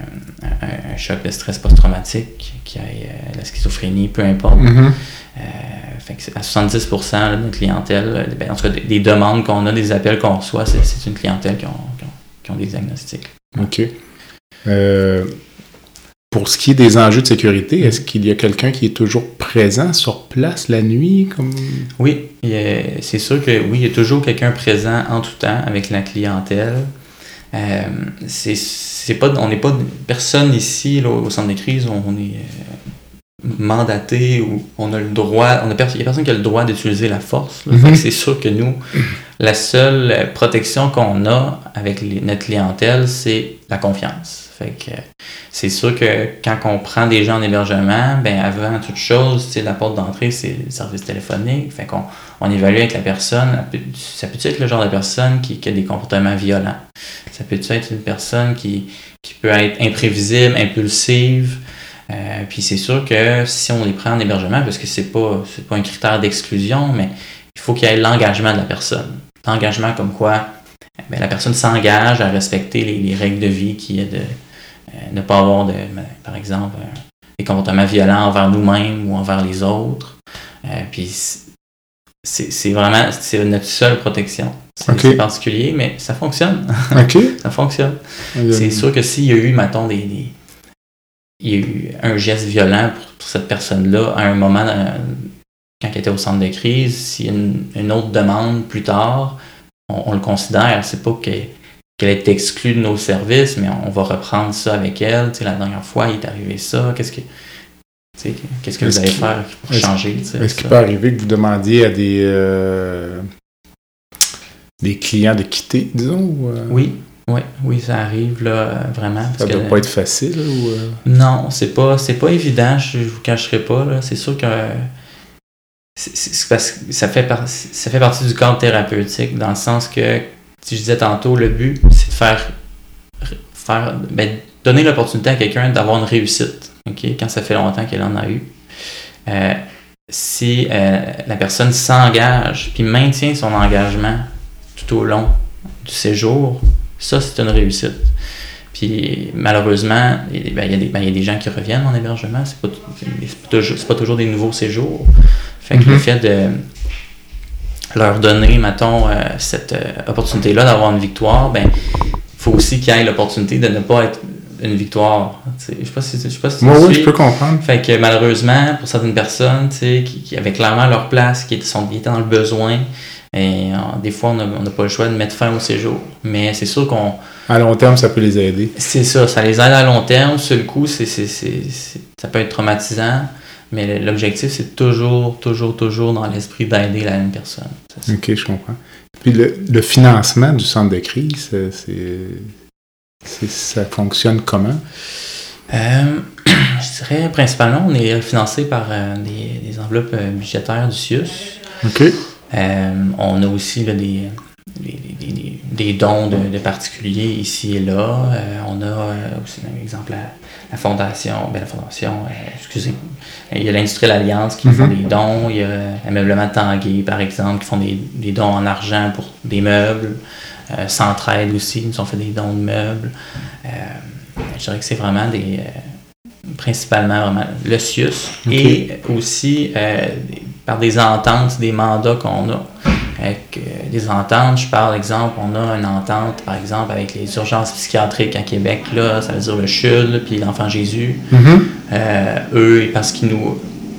un, un choc de stress post-traumatique, qu'il y ait euh, la schizophrénie, peu importe. Mm-hmm. Euh, fait que c'est à soixante-dix pour cent là, de notre clientèle, ben, en tout cas des, des demandes qu'on a, des appels qu'on reçoit, c'est, c'est une clientèle qui ont, qui ont, qui ont des diagnostics. OK. Euh, pour ce qui est des enjeux de sécurité, est-ce qu'il y a quelqu'un qui est toujours présent sur place la nuit? Comme... Oui, il y a, c'est sûr que oui, il y a toujours quelqu'un présent en tout temps avec la clientèle. Euh, c'est, c'est pas, on n'est pas personne ici là, au centre de crise, on, on est euh, mandaté ou on a le droit, on a pers- il y a personne qui a le droit d'utiliser la force. Là, mm-hmm. C'est sûr que nous, la seule protection qu'on a avec les, notre clientèle, c'est la confiance. Fait que c'est sûr que quand on prend des gens en hébergement, ben avant toute chose, la porte d'entrée, c'est le service téléphonique. Fait qu'on on évalue avec la personne. Ça peut être le genre de personne qui, qui a des comportements violents. Ça peut être une personne qui, qui peut être imprévisible, impulsive. Euh, puis c'est sûr que si on les prend en hébergement, parce que c'est pas, c'est pas un critère d'exclusion, mais il faut qu'il y ait l'engagement de la personne. L'engagement comme quoi ben, la personne s'engage à respecter les, les règles de vie qui est de euh, ne pas avoir, de, ben, par exemple, euh, des comportements violents envers nous-mêmes ou envers les autres. Euh, puis c'est, c'est vraiment c'est notre seule protection. C'est, okay. c'est particulier, mais ça fonctionne. Okay. Ça fonctionne. Okay. C'est sûr que s'il y a eu, mettons, des, des il y a eu un geste violent pour, pour cette personne-là à un moment, dans, quand elle était au centre de crise, s'il y a une, une autre demande plus tard, on, on le considère. C'est pas que, qu'elle est exclue de nos services, mais on va reprendre ça avec elle. Tu sais, la dernière fois, il est arrivé ça. Qu'est-ce que, tu sais, qu'est-ce que est-ce vous allez faire pour est-ce, changer? Tu sais, est-ce ça. qu'il peut arriver que vous demandiez à des, euh, des clients de quitter, disons? Ou, euh... Oui. Oui, oui, ça arrive là, vraiment. Parce ça ne doit que, pas être facile, ou euh... Non, c'est pas, c'est pas évident, je ne vous cacherai pas. Là. C'est sûr que c'est, c'est parce que ça fait, par, ça fait partie du cadre thérapeutique, dans le sens que, si je disais tantôt, le but, c'est de faire, faire ben, donner l'opportunité à quelqu'un d'avoir une réussite, okay, quand ça fait longtemps qu'elle en a eu. Euh, si euh, la personne s'engage puis maintient son engagement tout au long du séjour, ça, c'est une réussite. Puis, malheureusement, il ben, y, ben, y a des gens qui reviennent en hébergement. C'est pas, c'est pas, toujours, c'est pas toujours des nouveaux séjours. Fait que mm-hmm. le fait de leur donner, mettons, euh, cette euh, opportunité-là d'avoir une victoire, ben, il faut aussi qu'il y ait l'opportunité de ne pas être une victoire. T'sais, je sais pas si, je sais pas si Moi, oui, je peux comprendre. Fait que, malheureusement, pour certaines personnes, qui, qui avaient clairement leur place, qui étaient, sont, qui étaient dans le besoin, et euh, des fois, on n'a pas le choix de mettre fin au séjour. Mais c'est sûr qu'on... À long terme, ça peut les aider. C'est ça, ça les aide à long terme. Sur le coup, c'est, c'est, c'est, c'est, ça peut être traumatisant. Mais l'objectif, c'est toujours, toujours, toujours dans l'esprit d'aider la même personne. OK, je comprends. Puis le, le financement du centre de crise, c'est, c'est, ça fonctionne comment? Euh, je dirais, principalement, on est financé par euh, des, des enveloppes budgétaires du C I U S. OK. Euh, on a aussi là, des, des, des, des dons de, de particuliers ici et là. Euh, on a euh, aussi, par exemple, la, la fondation, ben la fondation, euh, excusez, il y a l'Industrielle Alliance qui mm-hmm. font des dons. Il y a Ameublement Tanguay, par exemple, qui font des, des dons en argent pour des meubles. Euh, Centraide aussi, ils nous ont fait des dons de meubles. Euh, je dirais que c'est vraiment des... Euh, principalement vraiment le C I U S. Okay. Et aussi... Euh, par des ententes, des mandats qu'on a. Avec euh, des ententes, je parle, exemple, on a une entente, par exemple, avec les urgences psychiatriques à Québec, là, ça veut dire le C H U L, puis l'Enfant Jésus. Mm-hmm. Euh, eux, parce qu'ils nous,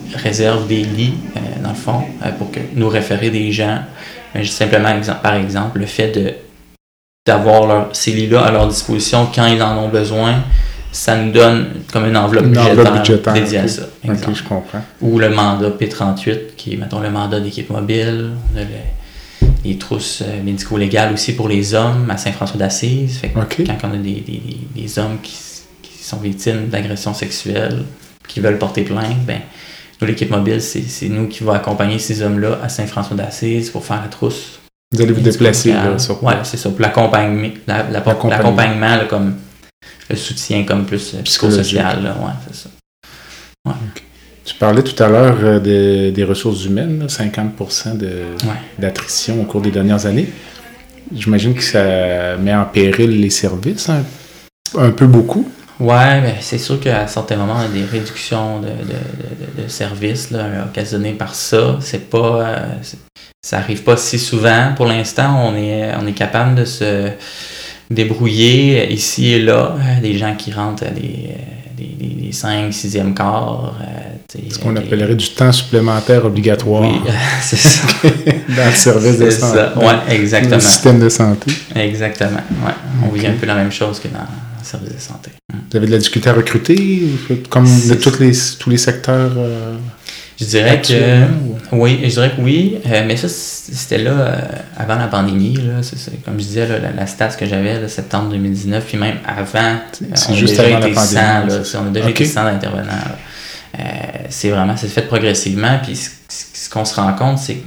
réservent des lits, euh, dans le fond, euh, pour que nous référer des gens. Mais simplement, exemple, par exemple, le fait de, d'avoir leur, ces lits-là à leur disposition quand ils en ont besoin, ça nous donne comme une enveloppe, une budgétaire, enveloppe budgétaire dédiée okay. à ça. Ok, je comprends. Ou le mandat P trente-huit, qui est, mettons, le mandat d'équipe mobile. On a le, les trousses euh, médico-légales aussi pour les hommes à Saint-François-d'Assise. Fait que okay. Quand on a des, des, des hommes qui, qui sont victimes d'agressions sexuelles, qui veulent porter plainte, ben, nous, l'équipe mobile, c'est, c'est nous qui va accompagner ces hommes-là à Saint-François-d'Assise pour faire la trousse. Vous allez vous déplacer là, sur Oui, c'est ça. Pour l'accompagnement, la, la, l'accompagnement. l'accompagnement là, comme le soutien comme plus psychosocial. Là, ouais, c'est ça. Ouais. Okay. Tu parlais tout à l'heure euh, de, des ressources humaines, là, cinquante pour cent de, ouais. d'attrition au cours des dernières années. J'imagine que ça met en péril les services, hein? Un peu beaucoup. Oui, ben, c'est sûr qu'à certains moments, on a des réductions de, de, de, de services là, occasionnées par ça. C'est pas, euh, c'est, ça arrive pas si souvent. Pour l'instant, on est, on est capable de se débrouiller ici et là. Des gens qui rentrent les, les, les cinq, sixième quarts. Euh, Ce qu'on les... appellerait du temps supplémentaire obligatoire. Oui, c'est ça. Dans le service c'est de santé. Oui, exactement. Dans le système de santé. Exactement, ouais. On okay. vit un peu la même chose que dans le service de santé. Vous avez de la difficulté à recruter, comme c'est... de tous les, tous les secteurs euh, Je dirais que ou... oui, je dirais que oui, euh, mais ça c'était là euh, avant la pandémie, là, c'est, c'est, comme je disais, là, la, la stats que j'avais de septembre deux mille dix-neuf, puis même avant, c'est on juste a déjà avant été la pandémie, cent, là, c'est, on a déjà okay. été cent d'intervenants. Euh, c'est vraiment, c'est fait progressivement, puis ce, ce qu'on se rend compte, c'est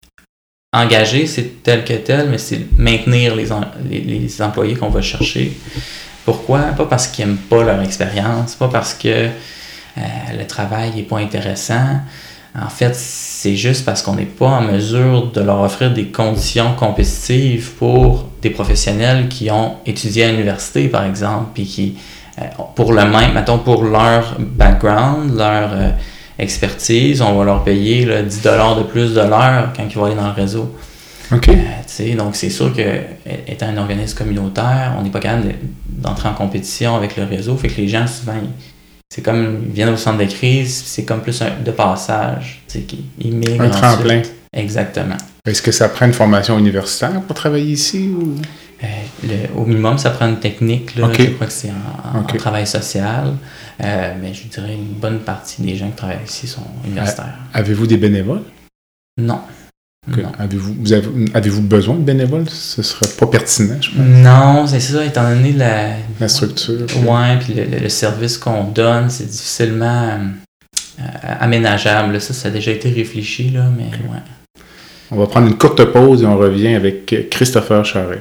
engager, c'est tel que tel, mais c'est maintenir les, en, les, les employés qu'on va chercher. Pourquoi? Pas parce qu'ils n'aiment pas leur expérience, pas parce que euh, le travail n'est pas intéressant. En fait, c'est juste parce qu'on n'est pas en mesure de leur offrir des conditions compétitives pour des professionnels qui ont étudié à l'université, par exemple, puis qui, euh, pour le même, mettons, pour leur background, leur euh, expertise, on va leur payer là, dix dollars de plus de l'heure quand ils vont aller dans le réseau. OK. Euh, donc, c'est sûr que étant un organisme communautaire, on n'est pas capable de, d'entrer en compétition avec le réseau. Fait que les gens, souvent, ils, c'est comme ils viennent au centre de crise, c'est comme plus un de passage. Ils migrent un tremplin. Ensuite. Exactement. Est-ce que ça prend une formation universitaire pour travailler ici? Ou... Euh, le, au minimum, ça prend une technique. Là, okay. Je crois que c'est en, en, okay. en travail social. Euh, mais je dirais une bonne partie des gens qui travaillent ici sont universitaires. Euh, avez-vous des bénévoles? Non. Okay. Non. Avez-vous, vous avez, avez-vous besoin de bénévoles? Ce ne serait pas pertinent, je pense. Non, c'est ça, étant donné la... La structure. Oui, puis le, le, le service qu'on donne, c'est difficilement euh, aménageable. Là. Ça, ça a déjà été réfléchi, là, mais okay. ouais. On va prendre une courte pause et on revient avec Christopher Charret.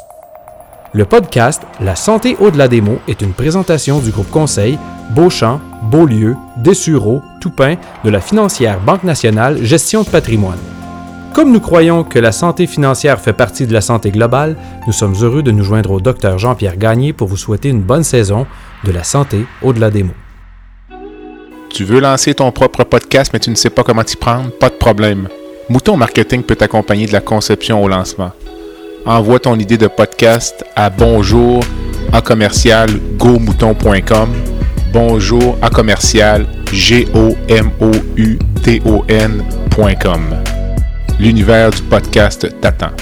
Le podcast La santé au-delà des mots est une présentation du groupe conseil Beauchamp, Beaulieu, Dessureau, Toupin de la financière Banque nationale Gestion de patrimoine. Comme nous croyons que la santé financière fait partie de la santé globale, nous sommes heureux de nous joindre au docteur Jean-Pierre Gagné pour vous souhaiter une bonne saison de la santé au-delà des mots. Tu veux lancer ton propre podcast mais tu ne sais pas comment t'y prendre? Pas de problème. Mouton Marketing peut t'accompagner de la conception au lancement. Envoie ton idée de podcast à bonjour à commercial go mouton point com. Bonjour à commercial g o m o u t o n point com. L'univers du podcast t'attend.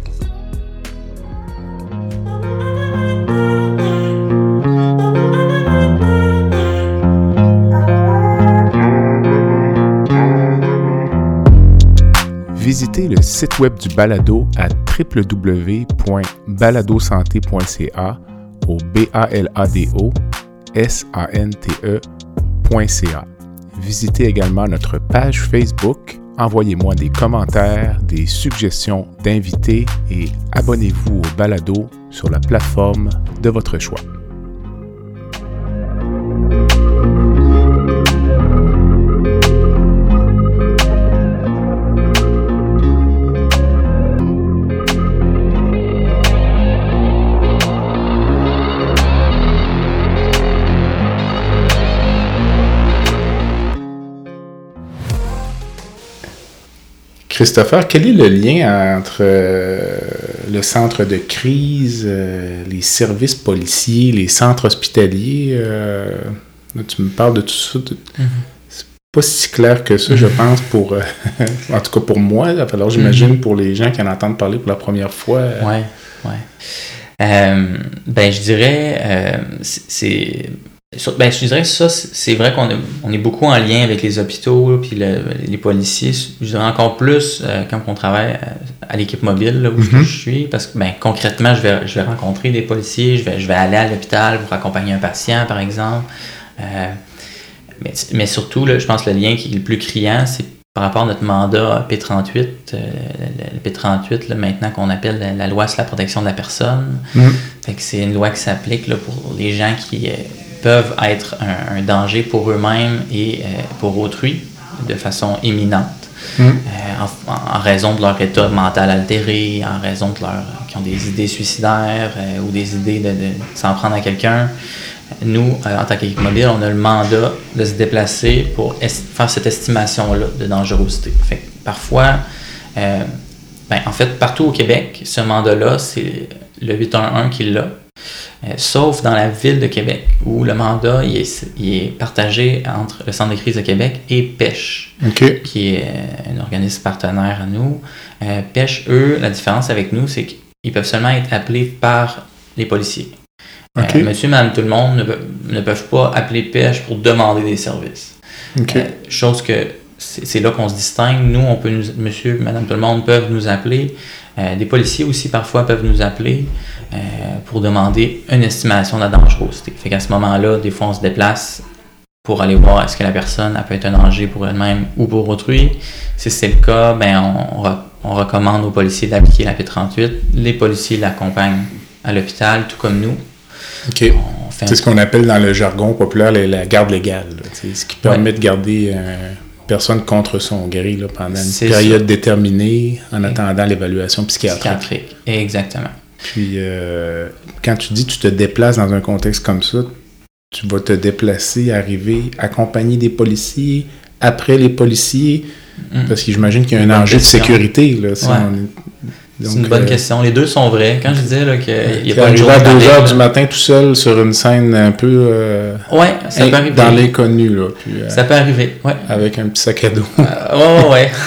Visitez le site web du balado à w w w point balado santé point c a au B A L A D O S A N T E point C A. Visitez également notre page Facebook. Envoyez-moi des commentaires, des suggestions d'invités et abonnez-vous au balado sur la plateforme de votre choix. Christopher, quel est le lien entre euh, le centre de crise, euh, les services policiers, les centres hospitaliers? Euh, là, tu me parles de tout ça. De... Mm-hmm. pas si clair que ça, je pense, pour... Euh, en tout cas, pour moi. Alors, j'imagine mm-hmm. pour les gens qui en entendent parler pour la première fois. Euh... Oui, oui. Euh, ben, je dirais... Euh, c'est... Ben, je dirais que ça, c'est vrai qu'on est, on est beaucoup en lien avec les hôpitaux puis le, les policiers. Je dirais encore plus euh, quand on travaille à, à l'équipe mobile là, où mm-hmm. je suis, parce que ben, concrètement, je vais, je vais rencontrer des policiers, je vais, je vais aller à l'hôpital pour accompagner un patient, par exemple. Euh, mais, mais surtout, là, je pense que le lien qui est le plus criant, c'est par rapport à notre mandat P trente-huit. Euh, le, le P trente-huit, là, maintenant qu'on appelle la, la loi sur la protection de la personne. Mm-hmm. Fait que c'est une loi qui s'applique là, pour les gens qui... Euh, peuvent être un, un danger pour eux-mêmes et euh, pour autrui de façon imminente, mmh. euh, en, en raison de leur état mental altéré, en raison de leur qui ont des idées suicidaires euh, ou des idées de, de s'en prendre à quelqu'un. Nous, euh, en tant qu'équipe mobile, on a le mandat de se déplacer pour est- faire cette estimation-là de dangerosité. Fait que parfois, euh, ben, en fait, partout au Québec, ce mandat-là, c'est le huit un un qui l'a. Euh, sauf dans la ville de Québec, où le mandat il est, il est partagé entre le Centre de crise de Québec et Pêche, okay. qui est euh, un organisme partenaire à nous. Euh, Pêche, eux, la différence avec nous, c'est qu'ils peuvent seulement être appelés par les policiers. Okay. Euh, monsieur, madame, tout le monde ne, peut, ne peuvent pas appeler Pêche pour demander des services. Okay. Euh, chose que c'est, c'est là qu'on se distingue. Nous, on peut nous, monsieur, madame, tout le monde peuvent nous appeler. Euh, des policiers aussi, parfois, peuvent nous appeler euh, pour demander une estimation de la dangerosité. Fait qu'à ce moment-là, des fois, on se déplace pour aller voir est-ce que la personne elle peut être un danger pour elle-même ou pour autrui. Si c'est le cas, ben on, on, on recommande aux policiers d'appliquer la P trente-huit. Les policiers l'accompagnent à l'hôpital, tout comme nous. OK. C'est un... ce qu'on appelle dans le jargon populaire la, la garde légale. Là, ce qui permet ouais. de garder... Euh... personne contre son gré là, pendant une c'est période ça. déterminée en attendant l'évaluation psychiatrique. Psychiatrique, exactement. Puis, euh, quand tu dis que tu te déplaces dans un contexte comme ça, tu vas te déplacer, arriver, accompagner des policiers, après les policiers, mmh. parce que j'imagine qu'il y a un enjeu de sécurité. Là, si ouais. on est... Donc, c'est une bonne euh, question. Les deux sont vrais. Quand je disais là, qu'il n'y a pas de journée à deux heures du matin tout seul sur une scène un peu euh, ouais, ça in, peut arriver. Dans l'inconnu. Là, puis, euh, ça peut arriver, ouais. Avec un petit sac à dos. Euh, oh, ouais.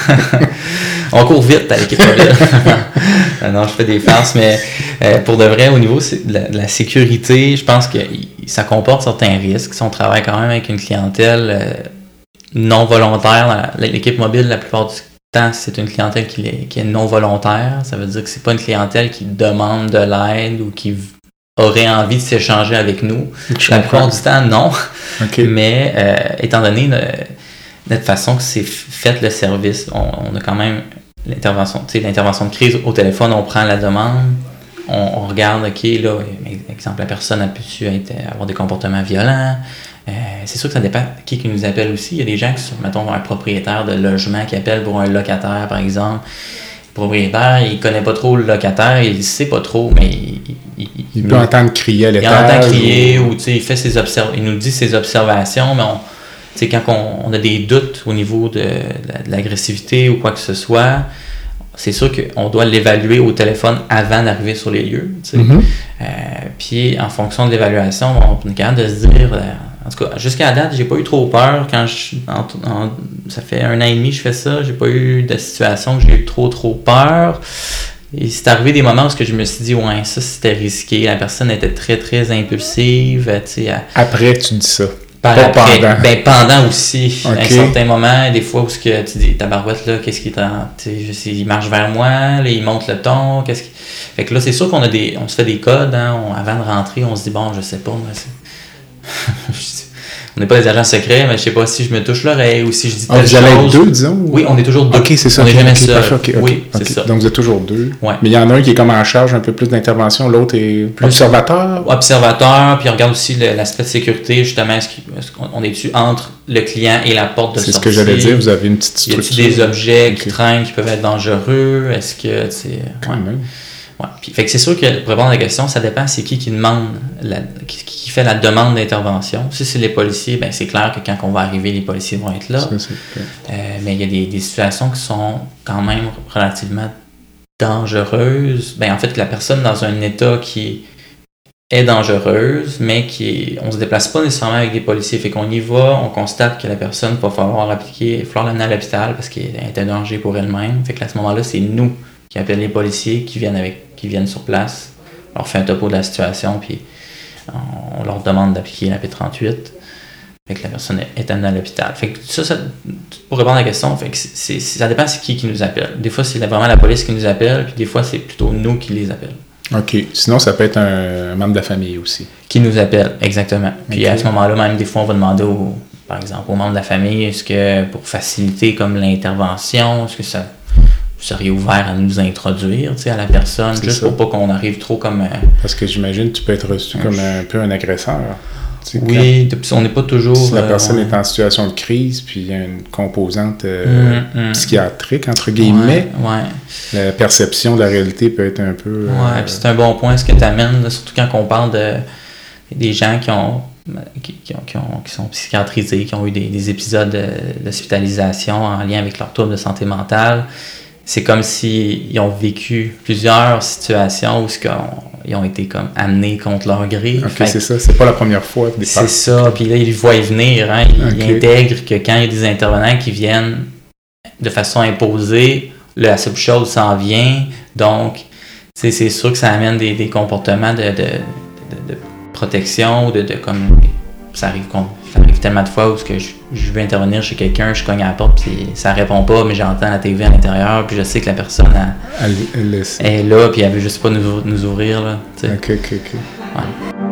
On court vite à l'équipe mobile. Non, je fais des farces, mais euh, pour de vrai, au niveau de la, de la sécurité, je pense que ça comporte certains risques. Si on travaille quand même avec une clientèle euh, non volontaire, dans la, l'équipe mobile, la plupart du temps, c'est une clientèle qui est, qui est non volontaire. Ça veut dire que c'est pas une clientèle qui demande de l'aide ou qui aurait envie de s'échanger avec nous. Je la plupart du temps, non. Okay. Mais euh, étant donné le, notre façon que c'est fait le service, on, on a quand même l'intervention, tu sais, l'intervention de crise au téléphone, on prend la demande, on, on regarde, OK, là, exemple, la personne a pu être, avoir des comportements violents. Euh, c'est sûr que ça dépend qui, qui nous appelle aussi. Il y a des gens qui sont, mettons, un propriétaire de logement qui appelle pour un locataire, par exemple. Le propriétaire, il connaît pas trop le locataire, il ne sait pas trop, mais il, il, il, il peut entendre crier à l'étage. Il entend crier ou, ou il fait ses observ- il nous dit ses observations, mais on, quand on, on a des doutes au niveau de, de, de l'agressivité ou quoi que ce soit, c'est sûr qu'on doit l'évaluer au téléphone avant d'arriver sur les lieux. Mm-hmm. Euh, puis en fonction de l'évaluation, on est capable de se dire... En tout cas, jusqu'à la date, j'ai pas eu trop peur. Quand je, en, en, ça fait un an et demi que je fais ça, j'ai pas eu de situation où j'ai eu trop trop peur. Et c'est arrivé des moments où je me suis dit, ouais, ça c'était risqué. La personne était très très impulsive. Tu sais, à... Après, tu dis ça. Par pas après, pendant. Ben pendant aussi. Okay. À un certain moment, des fois où ce que tu dis, tabarouette là, qu'est-ce qui est en, tu sais, je sais, il marche vers moi, là, il monte le ton, qu'est-ce qui. Fait que là, c'est sûr qu'on a des, on se fait des codes, hein, on, avant de rentrer, on se dit bon, je sais pas, moi, c'est. On n'est pas des agents secrets, mais je sais pas si je me touche l'oreille ou si je dis telle ah, vous allez chose. Être deux, disons? Ou... Oui, on est toujours deux. OK, c'est ça. On n'est okay, jamais okay, seul. Parfait, okay, oui, okay, c'est okay. ça. Donc vous êtes toujours deux. Ouais. Mais il y en a un qui est comme en charge un peu plus d'intervention, l'autre est plus observateur. Observateur, puis on regarde aussi le, l'aspect de sécurité, justement, est-ce, est-ce qu'on est-tu entre le client et la porte de c'est sortie? C'est ce que j'allais dire, vous avez une petite structure. Y a-t-il des objets okay. qui traînent, qui peuvent être dangereux? Est-ce que, tu sais... Quand ouais. même. Ouais. Puis, fait que c'est sûr que pour répondre à la question, ça dépend c'est qui qui demande, la, qui, qui fait la demande d'intervention. Si c'est les policiers, ben c'est clair que quand on va arriver, les policiers vont être là. Ça, c'est clair. Euh, mais il y a des, des situations qui sont quand même relativement dangereuses. Ben en fait, la personne dans un état qui est dangereuse, mais qui est, on se déplace pas nécessairement avec des policiers. Fait qu'on y va, on constate que la personne va falloir appliquer, il va falloir l'amener à l'hôpital parce qu'elle est en danger pour elle-même. Fait que à ce moment-là, c'est nous qui appellent les policiers qui viennent avec, qui viennent sur place. On leur fait un topo de la situation, puis on, on leur demande d'appliquer la P trente-huit. Fait que la personne est amenée à l'hôpital. Fait que ça, ça, pour répondre à la question, fait que c'est, c'est, ça dépend c'est qui qui nous appelle. Des fois, c'est vraiment la police qui nous appelle, puis des fois, c'est plutôt nous qui les appellent. OK. Sinon, ça peut être un, un membre de la famille aussi. Qui nous appelle, exactement. Puis okay. À ce moment-là, même des fois, on va demander, au, par exemple, aux membres de la famille, est-ce que pour faciliter comme l'intervention, est-ce que ça serait ouvert à nous introduire, tu sais, à la personne, c'est juste ça. Pour pas qu'on arrive trop comme... Euh, Parce que j'imagine que tu peux être reçu comme un peu un agresseur. Oui, quand, on n'est pas toujours... Si la personne euh, est en situation de crise, puis il y a une composante euh, mm, mm, psychiatrique, entre guillemets, ouais, ouais. La perception de la réalité peut être un peu... Oui, euh, puis c'est un bon point ce que tu amènes, surtout quand on parle de des gens qui ont qui, qui, ont, qui, ont, qui sont psychiatrisés, qui ont eu des, des épisodes d'hospitalisation en lien avec leur trouble de santé mentale. C'est comme s'ils ont vécu plusieurs situations où ils ont été comme amenés contre leur gré. Ok, fait c'est ça. C'est pas la première fois. C'est parts. Ça. Puis là, ils voient venir. Hein, ils, okay. ils intègrent que quand il y a des intervenants qui viennent de façon imposée, la seule chose s'en vient. Donc, c'est, c'est sûr que ça amène des, des comportements de, de, de, de protection, de, de comme ça arrive, ça arrive tellement de fois où que je, je veux intervenir chez quelqu'un, je cogne à la porte, puis ça répond pas, mais j'entends la T V à l'intérieur, puis je sais que la personne a, elle, elle est là, puis elle veut juste pas nous, nous ouvrir. Là, ok, ok, ok. Ouais.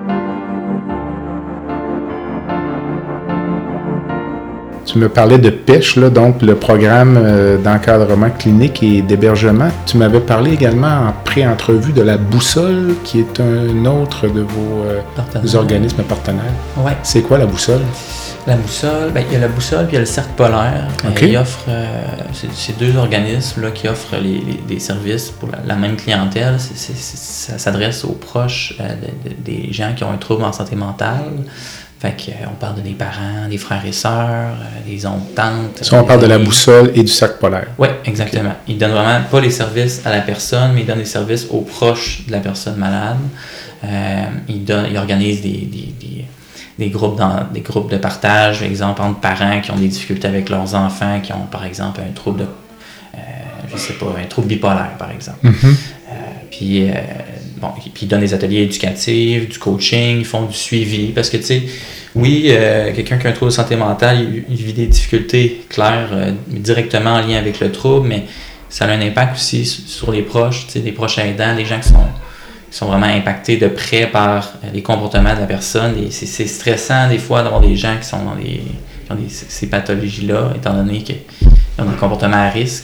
Tu me parlais de pêche, là, donc le programme euh, d'encadrement clinique et d'hébergement. Tu m'avais parlé également en pré-entrevue de la Boussole, qui est un autre de vos euh, organismes partenaires. Ouais. C'est quoi la Boussole? La Boussole, ben, il y a la Boussole puis il y a le Cercle polaire. Okay. Ils offrent, euh, c'est, c'est deux organismes là, qui offrent les, les, des services pour la, la même clientèle. C'est, c'est, c'est, ça s'adresse aux proches euh, de, de, des gens qui ont un trouble en santé mentale. Fait qu'on euh, parle de des parents, des frères et sœurs, euh, des oncles, tantes. Si on parle amis. De la Boussole et du Cercle polaire. Oui, exactement. Okay. Ils donnent vraiment pas les services à la personne, mais ils donnent les services aux proches de la personne malade. Euh, ils, donnent, ils organisent des, des, des, des, groupes dans, des groupes de partage, par exemple, entre parents qui ont des difficultés avec leurs enfants, qui ont, par exemple, un trouble de, euh, je sais pas, un trouble bipolaire, par exemple. Mm-hmm. Euh, puis... Euh, Bon, puis ils donnent des ateliers éducatifs, du coaching, ils font du suivi. Parce que, tu sais, oui, euh, quelqu'un qui a un trouble de santé mentale, il, il vit des difficultés claires, euh, directement en lien avec le trouble, mais ça a un impact aussi sur les proches, tu sais, les proches aidants, les gens qui sont, qui sont vraiment impactés de près par les comportements de la personne. Et c'est, c'est stressant, des fois, d'avoir des gens qui sont dans des, qui ont des, ces pathologies-là, étant donné qu'ils ont des comportements à risque.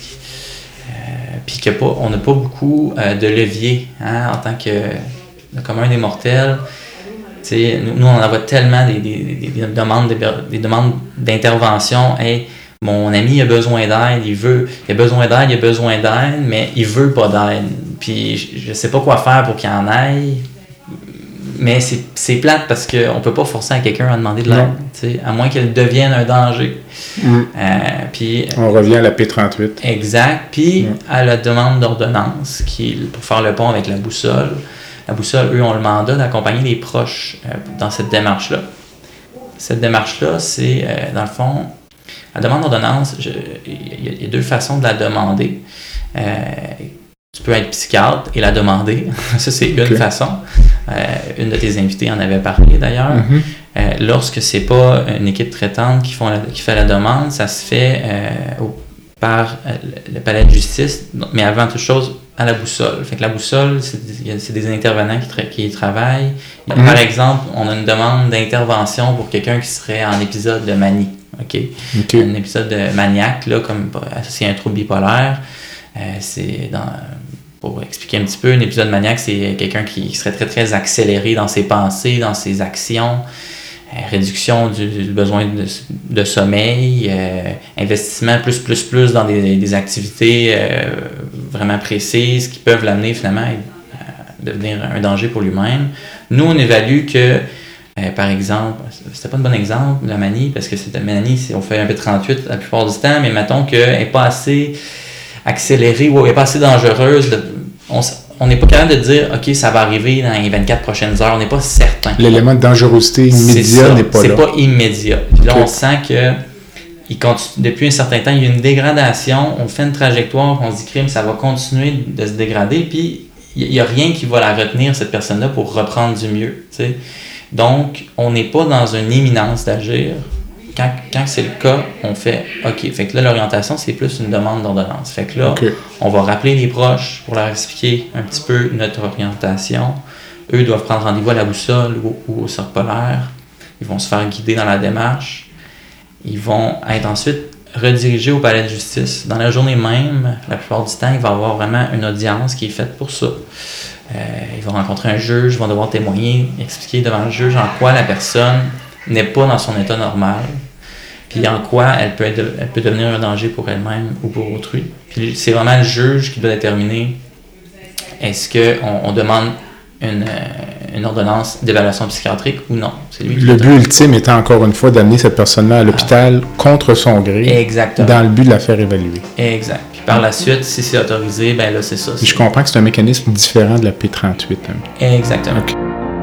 Puis qu'on n'a pas beaucoup euh, de levier hein, en tant que le commun des mortels. Nous, nous, on envoie tellement des, des, des, des, demandes, des, des demandes d'intervention. Hey, mon ami a besoin d'aide, il veut, il a besoin d'aide, il a besoin d'aide, mais il veut pas d'aide. Puis je ne sais pas quoi faire pour qu'il en aille. Mais c'est, c'est plate parce qu'on ne peut pas forcer à quelqu'un à demander de l'aide, t'sais, à moins qu'elle devienne un danger. Mm. Euh, puis, on revient à la P trente-huit. Exact. Puis mm. à la demande d'ordonnance, qui est pour faire le pont avec la Boussole. La Boussole, eux, ont le mandat d'accompagner les proches euh, dans cette démarche-là. Cette démarche-là, c'est, euh, dans le fond, la demande d'ordonnance, il y, y a deux façons de la demander. Euh, Tu peux être psychiatre et la demander. Ça, c'est une okay. façon. Euh, une de tes invités en avait parlé, d'ailleurs. Mm-hmm. Euh, lorsque c'est pas une équipe traitante qui, font la, qui fait la demande, ça se fait euh, au, par euh, le palais de justice, mais avant toute chose, à la Boussole. Fait que la Boussole, c'est, c'est des intervenants qui, tra- qui y travaillent. Mm-hmm. Par exemple, on a une demande d'intervention pour quelqu'un qui serait en épisode de manie. Okay? Okay. Un épisode de maniaque, là, comme associé à un trouble bipolaire. Euh, c'est dans... Pour expliquer un petit peu, un épisode maniaque, c'est quelqu'un qui serait très, très accéléré dans ses pensées, dans ses actions, euh, réduction du, du besoin de, de sommeil, euh, investissement plus, plus, plus dans des, des activités euh, vraiment précises qui peuvent l'amener finalement à devenir un danger pour lui-même. Nous, on évalue que, euh, par exemple, c'était pas un bon exemple, la manie, parce que c'est la manie, c'est, on fait un P trente-huit la plupart du temps, mais mettons qu'elle n'est pas assez accélérée ou elle n'est pas assez dangereuse. De, on, on n'est pas capable de dire, OK, ça va arriver dans les vingt-quatre prochaines heures. On n'est pas certain. L'élément de dangerosité immédiat n'est pas c'est là. C'est pas immédiat. Puis là, okay. on sent que il continue, depuis un certain temps, il y a une dégradation. On fait une trajectoire, on se dit, crime, ça va continuer de se dégrader. Puis il n'y a rien qui va la retenir, cette personne-là, pour reprendre du mieux. T'sais. Donc, on n'est pas dans une imminence d'agir. Quand, quand c'est le cas, on fait OK. Fait que là, l'orientation, c'est plus une demande d'ordonnance. Fait que là, okay. on va rappeler les proches pour leur expliquer un petit peu notre orientation. Eux doivent prendre rendez-vous à la boussole ou, ou au cercle polaire. Ils vont se faire guider dans la démarche. Ils vont être ensuite redirigés au palais de justice. Dans la journée même, la plupart du temps, il va y avoir vraiment une audience qui est faite pour ça. Euh, ils vont rencontrer un juge, ils vont devoir témoigner, expliquer devant le juge en quoi la personne n'est pas dans son état normal. Puis en quoi elle peut, être, elle peut devenir un danger pour elle-même ou pour autrui. Puis c'est vraiment le juge qui doit déterminer est-ce qu'on on demande une, une ordonnance d'évaluation psychiatrique ou non. C'est lui qui le but ultime étant encore une fois d'amener cette personne-là à l'hôpital ah. contre son gré. Exactement. Dans le but de la faire évaluer. Exact. Puis par la suite, si c'est autorisé, ben là c'est ça. C'est... Je comprends que c'est un mécanisme différent de la P trente-huit. Hein. Exactement. Okay.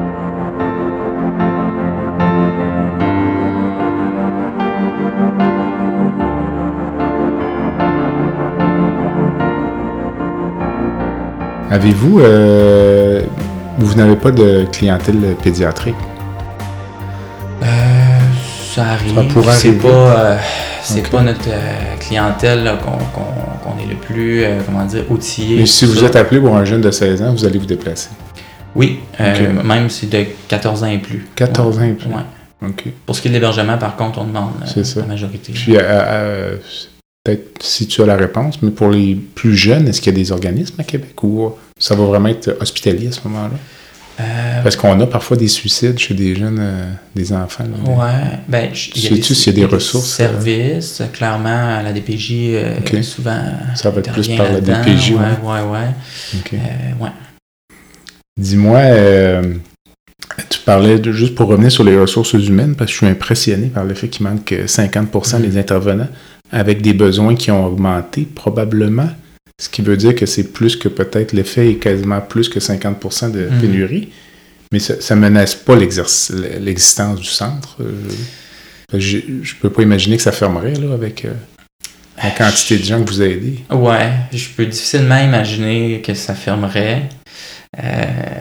Avez-vous, euh, vous n'avez pas de clientèle pédiatrique? Euh, ça arrive. Ça pourrait c'est arriver. pas, euh, c'est okay. pas notre euh, clientèle là, qu'on, qu'on, qu'on est le plus, euh, comment dire, outillé. Mais si vous ça. êtes appelé pour un jeune de seize ans, vous allez vous déplacer? Oui, euh, okay. même si c'est de quatorze ans et plus. quatorze ouais. ans et plus? Oui. Okay. Pour ce qui est de l'hébergement, par contre, on demande euh, c'est ça. la majorité. Puis, euh, euh, peut-être si tu as la réponse, mais pour les plus jeunes, est-ce qu'il y a des organismes à Québec ou ça va vraiment être hospitalier à ce moment-là? Euh, Parce qu'on a parfois des suicides chez des jeunes, euh, des enfants. Oui. Ben, sais-tu s'il y a des ressources? Services, euh... clairement, la D P J, euh, okay. souvent. Ça va être plus par la D P J, oui. Oui, oui, oui. Okay. Euh, ouais. Dis-moi, euh, tu parlais, de, juste pour revenir sur les ressources humaines, parce que je suis impressionné par le fait qu'il manque cinquante pour cent mm-hmm. des intervenants avec des besoins qui ont augmenté, probablement. Ce qui veut dire que c'est plus que peut-être l'effet est quasiment plus que cinquante pour cent de pénurie. Mmh. Mais ça ne menace pas l'existence du centre. Je ne peux pas imaginer que ça fermerait là, avec euh, la quantité de gens que vous aidez. Ouais, je peux difficilement imaginer que ça fermerait. Euh,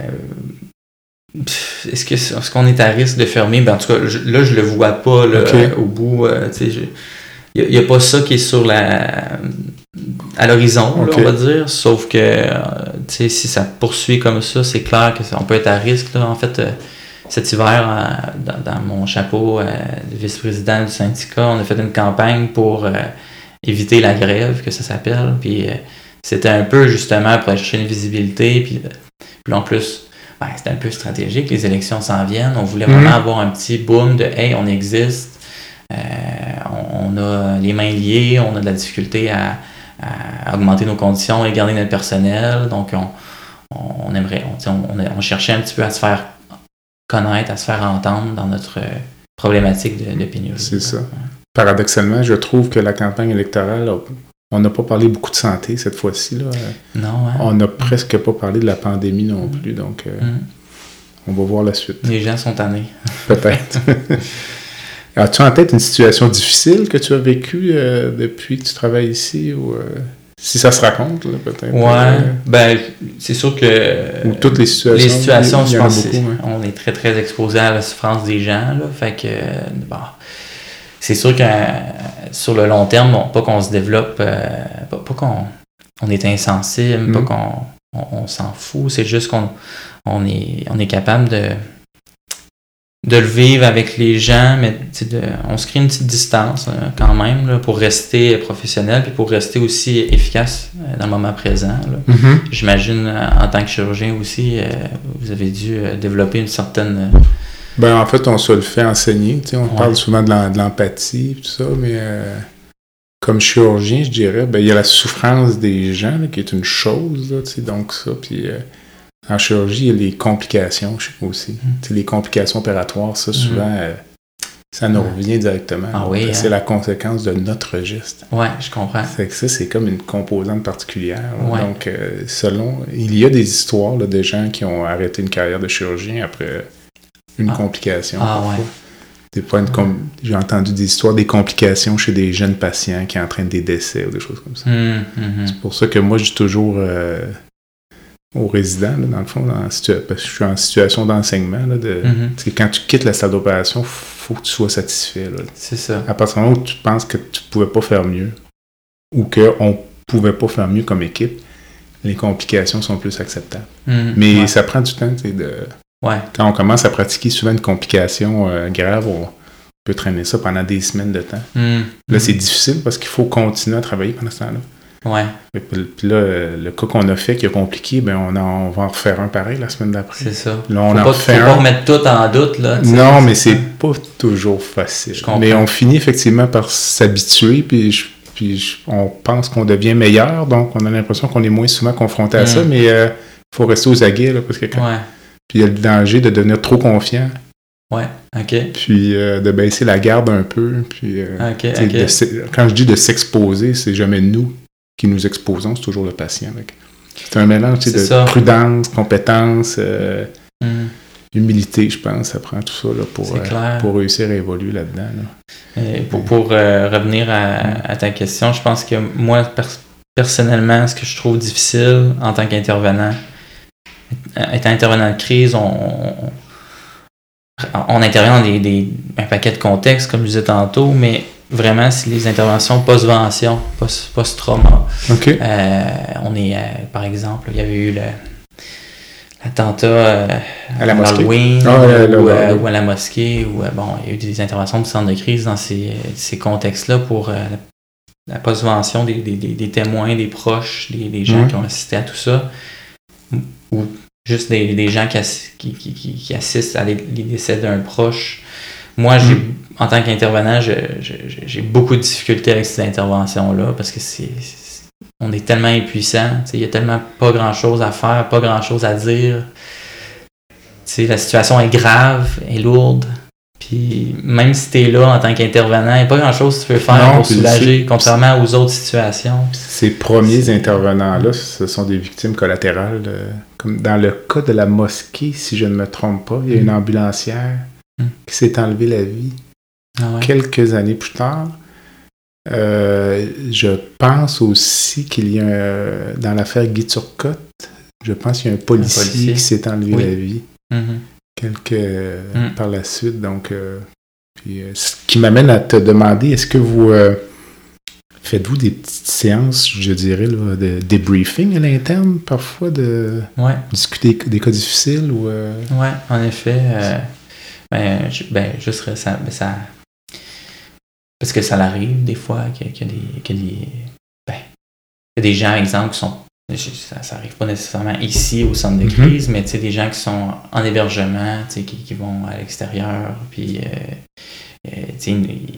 est-ce, que, est-ce qu'on est à risque de fermer? Ben, en tout cas, je, là, je le vois pas là, okay. au bout. Euh, il n'y a, a pas ça qui est sur la... à l'horizon, okay. là, on va dire, sauf que euh, si ça poursuit comme ça, c'est clair qu'on peut être à risque. Là. En fait, euh, cet hiver, euh, dans, dans mon chapeau euh, de vice-président du syndicat, on a fait une campagne pour euh, éviter la grève, que ça s'appelle, puis euh, c'était un peu justement pour aller chercher une visibilité, puis, euh, puis en plus, ben, c'était un peu stratégique, les élections s'en viennent, on voulait vraiment mm-hmm. avoir un petit boom de « hey, on existe », euh, on, on a les mains liées, on a de la difficulté à à augmenter nos conditions et garder notre personnel. Donc, on, on, on aimerait, on, on, on cherchait un petit peu à se faire connaître, à se faire entendre dans notre problématique de, de pénurie. C'est ça. Ouais. Paradoxalement, je trouve que la campagne électorale, on n'a pas parlé beaucoup de santé cette fois-ci. Là. Non. Hein? On n'a presque pas parlé de la pandémie non plus. Donc, euh, mm. on va voir la suite. Les gens sont tannés. Peut-être. As-tu en tête une situation difficile que tu as vécue euh, depuis que tu travailles ici ou euh, si ça se raconte, là, peut-être? Ouais, euh, ben, c'est sûr que... Ou toutes les situations. Les situations, il y, il y je pense beaucoup, hein. on est très, très exposé à la souffrance des gens, là, fait que, bon, c'est sûr que sur le long terme, bon, pas qu'on se développe, euh, pas, pas qu'on on est insensible, mm. pas qu'on on, on s'en fout, c'est juste qu'on on est, on est capable de... de le vivre avec les gens, mais de, on se crée une petite distance euh, quand même là, pour rester professionnel puis pour rester aussi efficace euh, dans le moment présent. Là. Mm-hmm. J'imagine, euh, en tant que chirurgien aussi, euh, vous avez dû euh, développer une certaine... Euh... Ben en fait, on se le fait enseigner. On ouais. parle souvent de, la, de l'empathie et tout ça, mais euh, comme chirurgien, je dirais, ben il y a la souffrance des gens là, qui est une chose, là, donc ça, puis... Euh, en chirurgie, il y a les complications, je sais pas aussi. Mm. Les complications opératoires, ça, souvent, mm. euh, ça nous revient directement. Ah oui, c'est hein? la conséquence de notre geste. Ouais, je comprends. C'est que ça, c'est comme une composante particulière. là. Ouais. Donc, euh, selon... Il y a des histoires là, de gens qui ont arrêté une carrière de chirurgien après une Ah. complication. Ah parfois. ouais. Des fois, une com- J'ai entendu des histoires, des complications chez des jeunes patients qui entraînent des décès ou des choses comme ça. Hum, hum, C'est pour ça que moi, je dis toujours euh, aux résidents, là, dans le fond, dans situa- parce que je suis en situation d'enseignement, là, de, Mhm. c'est que quand tu quittes la salle d'opération, il faut que tu sois satisfait. Là. C'est ça. À partir du moment où tu penses que tu ne pouvais pas faire mieux ou qu'on ne pouvait pas faire mieux comme équipe, les complications sont plus acceptables. Hum, Mais ouais. ça prend du temps. De... Ouais. Quand on commence à pratiquer souvent une complication euh, grave, on peut traîner ça pendant des semaines de temps. Hum, Là, hum. c'est difficile parce qu'il faut continuer à travailler pendant ce temps-là. Ouais, Et Puis, puis là, euh, le cas qu'on a fait qui est compliqué, ben on, en- on va en refaire un pareil la semaine d'après. c'est ça. Là, on faut en pas, refait faut pas un. remettre tout en doute, là. tu sais. Non, mais c'est pas toujours facile. Je comprends. Mais on finit effectivement par s'habituer, puis, je- puis je- on pense qu'on devient meilleur, donc on a l'impression qu'on est moins souvent confronté à Mm. ça, mais il euh, faut rester aux aguets, là, parce que quand... Ouais, Puis il y a le danger de devenir trop confiant, ouais, ok. puis euh, de baisser la garde un peu, puis... euh, Ok, tu sais, ok. de s'e- quand je dis de s'exposer, c'est jamais nous qui nous exposons, c'est toujours le patient. Donc, c'est un mélange tu sais, C'est de ça. prudence, compétence, euh, Hum, humilité, je pense. Ça prend tout ça là, pour, C'est euh, clair. pour réussir à évoluer là-dedans. là. Et pour pour euh, revenir à, à ta question, je pense que moi, pers- personnellement, ce que je trouve difficile en tant qu'intervenant, euh, étant intervenant de crise, on, on, on intervient dans des, des, un paquet de contextes, comme je disais tantôt, mais vraiment, c'est les interventions post-vention, post- post-trauma. OK. Euh, on est, euh, par exemple, il y avait eu le, l'attentat euh, À la mosquée. Halloween Ah, ouais, là, ou, là, euh, là. ou à la mosquée, ou euh, bon, il y a eu des interventions du centre de crise dans ces, ces contextes-là pour euh, la post-vention des, des, des, des témoins, des proches, des, des gens Mhm. qui ont assisté à tout ça, ou juste des, des gens qui, assi- qui, qui, qui, qui assistent à les, les décès d'un proche. Moi, j'ai, Mhm. en tant qu'intervenant, je- je- je- j'ai beaucoup de difficultés avec ces interventions-là parce que c'est, c'est- on est tellement impuissant. Il y a tellement pas grand-chose à faire, pas grand-chose à dire. T'sais, la situation est grave, est lourde. Puis même si tu es là en tant qu'intervenant, il n'y a pas grand-chose que tu peux faire Non, pour puis soulager, c'est- contrairement aux autres situations. Ces premiers intervenants-là, ce sont des victimes collatérales. euh, comme dans le cas de la mosquée, si je ne me trompe pas, il y a une ambulancière Mm. qui s'est enlevée la vie Ah ouais. quelques années plus tard. Euh, je pense aussi qu'il y a un- dans l'affaire Guy Turcotte, je pense qu'il y a un policier, Un policier. qui s'est enlevé Oui. la vie Mhm. quelques Mm. par la suite. Donc, euh, puis, euh, ce qui m'amène à te demander, est-ce que vous euh, faites-vous des petites séances, je dirais, là, de débriefing à l'interne, parfois, de Ouais. discuter des cas difficiles ou euh, Ouais, en effet. euh, ben, je- ben, juste ré- ça, ben, ça. Parce que ça l'arrive des fois qu'il y a, qu'il y a des. qu'il y a des ben, il y a des gens, exemple, qui sont. je- Ça, ça arrive pas nécessairement ici au centre de Mhm. crise, mais tu sais, des gens qui sont en hébergement, tu sais, qui, qui vont à l'extérieur, puis euh, euh, tu sais, ils-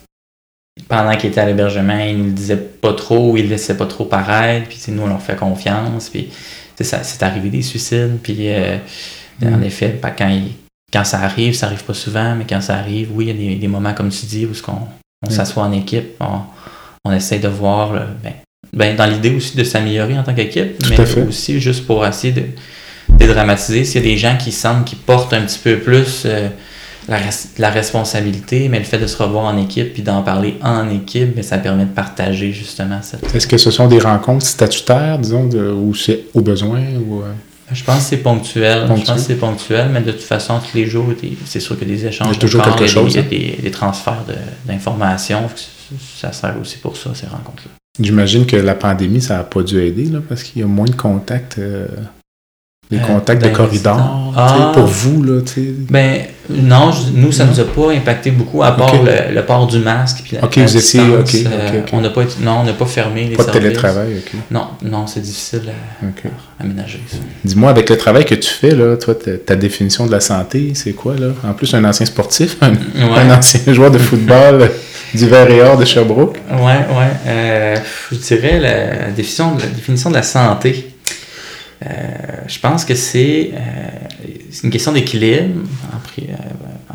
pendant qu'ils étaient à l'hébergement, ils nous le disaient pas trop, ils le laissaient pas trop paraître, puis tu sais, nous on leur fait confiance, puis tu sais, ça, c'est arrivé des suicides, puis euh, Mm. en effet, pas quand, il- quand ça arrive, ça arrive pas souvent, mais quand ça arrive, oui, il y a des, des moments, comme tu dis, où ce qu'on, on Mm. s'assoit en équipe, on, on essaie de voir, là, ben, ben, dans l'idée aussi de s'améliorer en tant qu'équipe, Tout mais à fait. aussi juste pour essayer de dédramatiser. S'il y a des gens qui semblent qui portent un petit peu plus euh, la, res- la responsabilité, mais le fait de se revoir en équipe puis d'en parler en équipe, ben, ça permet de partager justement cette. est-ce que ce sont des rencontres statutaires, disons, de, ou c'est au besoin ou euh, Je pense que c'est ponctuel. Je Ponctuel. pense que c'est ponctuel, mais de toute façon, tous les jours, des- c'est sûr qu'il y a des échanges. Il y a toujours de corps, quelque il y a des- chose, hein. Il y a des, des transferts de- d'informations. Ça sert aussi pour ça, ces rencontres-là. J'imagine que la pandémie, ça n'a pas dû aider, là, parce qu'il y a moins de contacts, euh, les Euh, contacts de ben, corridor, ah. tu sais, pour vous, là, tu sais. Ben, non, je- nous, ça Non. nous a pas impacté beaucoup, à part Ok. le, le port du masque. Puis la, Ok, la vous étiez- distance, ok, ok, euh, ok. On n'a pas, été- non, on n'a pas fermé les Pas de services. télétravail, ok. Non, non, c'est difficile à, Ok. à aménager ça. Dis-moi, avec le travail que tu fais, là, toi, ta, ta définition de la santé, c'est quoi, là? En plus, un ancien sportif, un, Ouais. un ancien joueur de football du Vert et Or de Sherbrooke. Ouais, ouais. Euh, je dirais la définition, la définition de la santé. Euh, je pense que c'est, euh, c'est une question d'équilibre en, pri- euh, en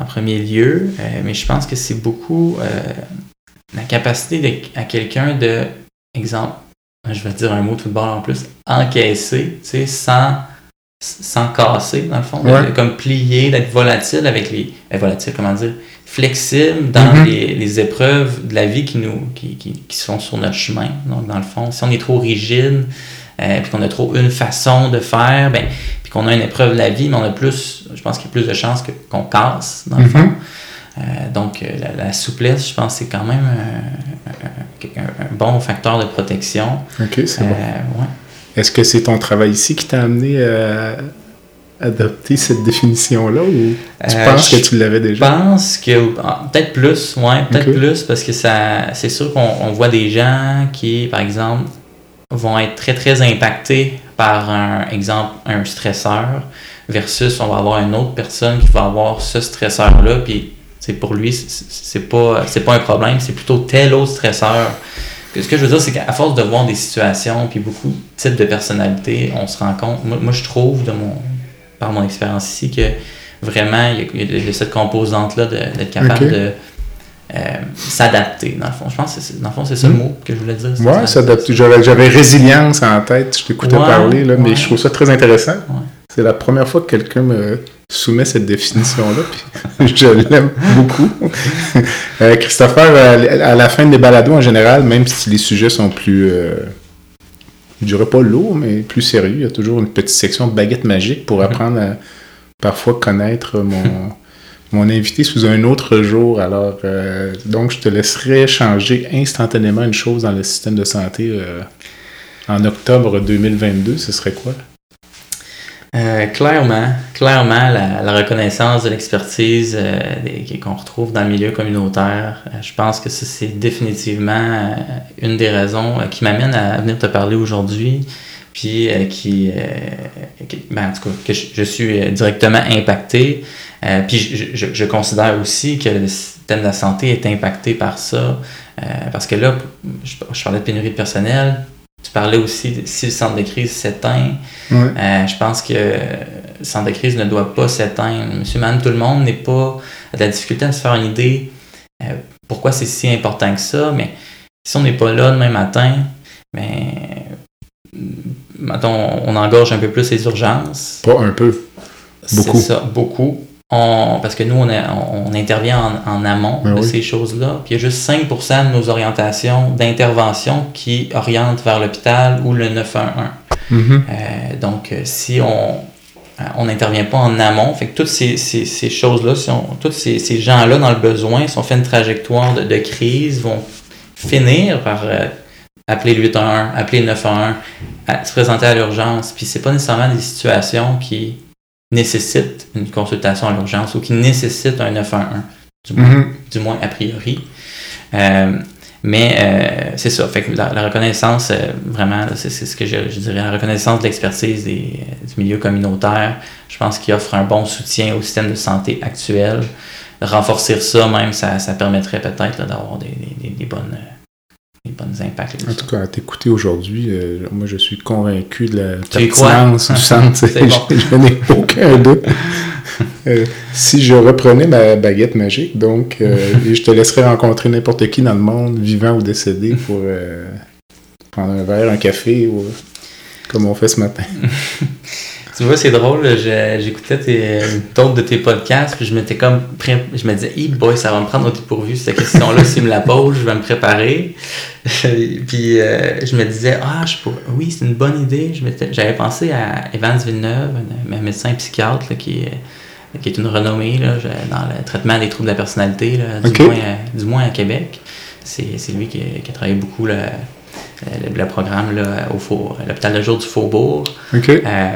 premier lieu, euh, mais je pense que c'est beaucoup euh, la capacité de, à quelqu'un de, exemple, je vais dire un mot tout de bord en plus, encaisser, tu sais, sans, sans casser, dans le fond, ouais. de, comme plier, d'être volatile avec les... Euh, volatile, comment dire? Flexible dans mm-hmm. les, les épreuves de la vie qui, nous, qui, qui, qui sont sur notre chemin. Donc, dans le fond, si on est trop rigide, euh, puis qu'on a trop une façon de faire, ben, puis qu'on a une épreuve de la vie, mais on a plus, je pense qu'il y a plus de chances que, qu'on casse, dans le mm-hmm. fond. Euh, donc, la, la souplesse, je pense que c'est quand même un, un, un bon facteur de protection. OK, c'est euh, bon. Ouais. Est-ce que c'est ton travail ici qui t'a amené à adopter cette définition-là ou tu euh, penses que tu l'avais déjà? Je pense que peut-être plus, ouais, peut-être okay. plus, parce que ça, c'est sûr qu'on on voit des gens qui, par exemple, vont être très, très impactés par un exemple, un stresseur, versus on va avoir une autre personne qui va avoir ce stresseur-là, puis c'est pour lui, c'est, c'est pas, c'est pas un problème, c'est plutôt tel autre stresseur. Ce que je veux dire, c'est qu'à force de voir des situations, puis beaucoup de types de personnalités, on se rend compte, moi, moi je trouve, de mon, par mon expérience ici, que vraiment, il y a, il y a cette composante-là de, d'être capable okay. de euh, s'adapter, dans le fond. Je pense que c'est, dans le fond, c'est ça le mot que je voulais dire. Oui, s'adapter. J'avais, j'avais résilience en tête, je t'écoutais ouais, parler, là, mais ouais. je trouve ça très intéressant. Ouais. C'est la première fois que quelqu'un me soumet cette définition-là, puis je l'aime beaucoup. euh, Christopher, à la fin des balados en général, même si les sujets sont plus, euh, je dirais pas lourds, mais plus sérieux, il y a toujours une petite section de baguette magique pour apprendre à parfois connaître mon, mon invité sous un autre jour. Alors, euh, donc, je te laisserai changer instantanément une chose dans le système de santé euh, en octobre deux mille vingt-deux. Ce serait quoi? Euh, clairement, clairement, la, la reconnaissance de l'expertise euh, des, qu'on retrouve dans le milieu communautaire, euh, je pense que ça, c'est définitivement euh, une des raisons euh, qui m'amène à venir te parler aujourd'hui, puis euh, qui, euh, qui ben, en tout cas, que je, je suis directement impacté. Euh, puis je, je, je considère aussi que le système de la santé est impacté par ça, euh, parce que là, je, je parlais de pénurie de personnel. Tu parlais aussi de si le centre de crise s'éteint. Ouais. Euh, je pense que le centre de crise ne doit pas s'éteindre. Monsieur, madame, tout le monde n'est pas a de la difficulté à se faire une idée euh, pourquoi c'est si important que ça. Mais si on n'est pas là demain matin, mais mettons, on engorge un peu plus les urgences. Pas un peu. Beaucoup. C'est ça, beaucoup. On, parce que nous, on, a, on, on intervient en, en amont ben de oui. ces choses-là. Puis il y a juste cinq pour cent de nos orientations d'intervention qui orientent vers l'hôpital ou le neuf un un. Mm-hmm. Euh, donc, si on on n'intervient pas en amont, fait que toutes ces, ces, ces choses-là, si on, tous ces, ces gens-là dans le besoin, si on fait une trajectoire de, de crise, vont finir par euh, appeler le huit un un, appeler le neuf un un, à, se présenter à l'urgence. Puis c'est pas nécessairement des situations qui nécessite une consultation à l'urgence ou qui nécessite un neuf un un, du moins, mm-hmm. du moins a priori. Euh, mais euh, c'est ça, fait que la, la reconnaissance, euh, vraiment, là, c'est, c'est ce que je, je dirais, la reconnaissance de l'expertise des, du milieu communautaire, je pense qu'il offre un bon soutien au système de santé actuel. Renforcer ça même, ça, ça permettrait peut-être là, d'avoir des, des, des bonnes... des bons impacts. En tout cas, à t'écouter aujourd'hui, euh, moi je suis convaincu de la pertinence du centre. je, bon. je n'ai aucun doute. euh, si je reprenais ma baguette magique, donc, euh, et je te laisserais rencontrer n'importe qui dans le monde, vivant ou décédé, pour euh, prendre un verre, un café, ou, comme on fait ce matin. Tu vois, c'est drôle, je, j'écoutais tes, d'autres de tes podcasts, puis je m'étais comme pré- je me disais, hey boy, ça va me prendre au dépourvu cette question-là, s'il me la pose, je vais me préparer. Puis euh, je me disais, ah, je pourrais... oui, c'est une bonne idée. Je m'étais... J'avais pensé à Evans Villeneuve, un médecin psychiatre là, qui, est, qui est une renommée là, dans le traitement des troubles de la personnalité, là, du, okay. moins, du moins à Québec. C'est, c'est lui qui a, qui a travaillé beaucoup là, le, le programme là, au Faubourg, l'hôpital de jour du Faubourg. Okay. Euh,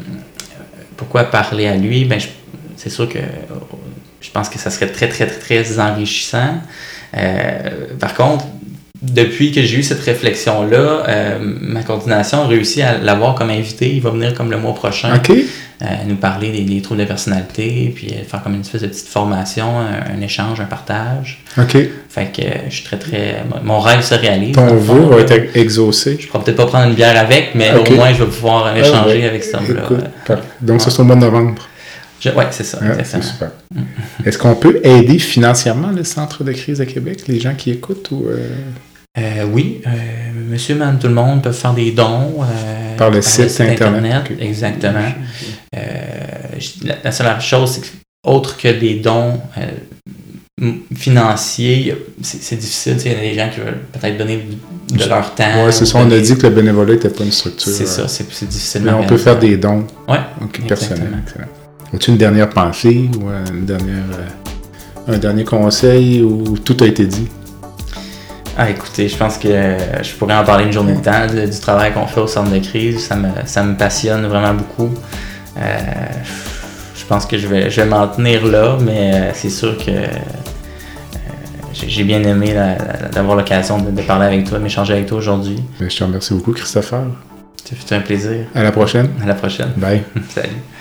pourquoi parler à lui? Ben, je, c'est sûr que je pense que ça serait très, très, très, très enrichissant. Euh, par contre, depuis que j'ai eu cette réflexion-là, euh, ma coordination a réussi à l'avoir comme invité. Il va venir comme le mois prochain okay. euh, nous parler des, des troubles de personnalité, puis euh, faire comme une espèce de petite formation, un, un échange, un partage. OK. Fait que euh, je suis très, très... Mon rêve se réalise. Ton vœu va être exaucé. Je pourrais peut-être pas prendre une bière avec, mais okay. au moins je vais pouvoir échanger ah, ouais. avec cet homme-là. Écoute, donc, ouais. ce sera le mois de novembre. Je, ouais, c'est ça, Ah, exactement. c'est super. Est-ce qu'on peut aider financièrement le Centre de crise de Québec, les gens qui écoutent? Ou euh... Euh, oui, euh, monsieur, madame, tout le monde peut faire des dons. Euh, par le site Internet. Okay. Exactement. Euh, la, la seule chose, c'est que, autre que des dons euh, financiers, c'est, c'est difficile. Il y a des gens qui veulent peut-être donner de, de leur temps. Oui, c'est ça. On a dit que le bénévolat n'était pas une structure. C'est ça, c'est, c'est difficile. Mais on peut faire des dons. Oui, okay, personnels. As-tu une dernière pensée ou une dernière, euh, un dernier conseil ou tout a été dit? Ah, écoutez, je pense que je pourrais en parler une journée de temps de, du travail qu'on fait au centre de crise. Ça me, ça me passionne vraiment beaucoup. Euh, je pense que je vais, je vais m'en tenir là, mais c'est sûr que euh, j'ai, j'ai bien aimé la, la, d'avoir l'occasion de, de parler avec toi, de m'échanger avec toi aujourd'hui. Je te remercie beaucoup, Christopher. Ça fait un plaisir. À la prochaine. À la prochaine. Bye. Salut.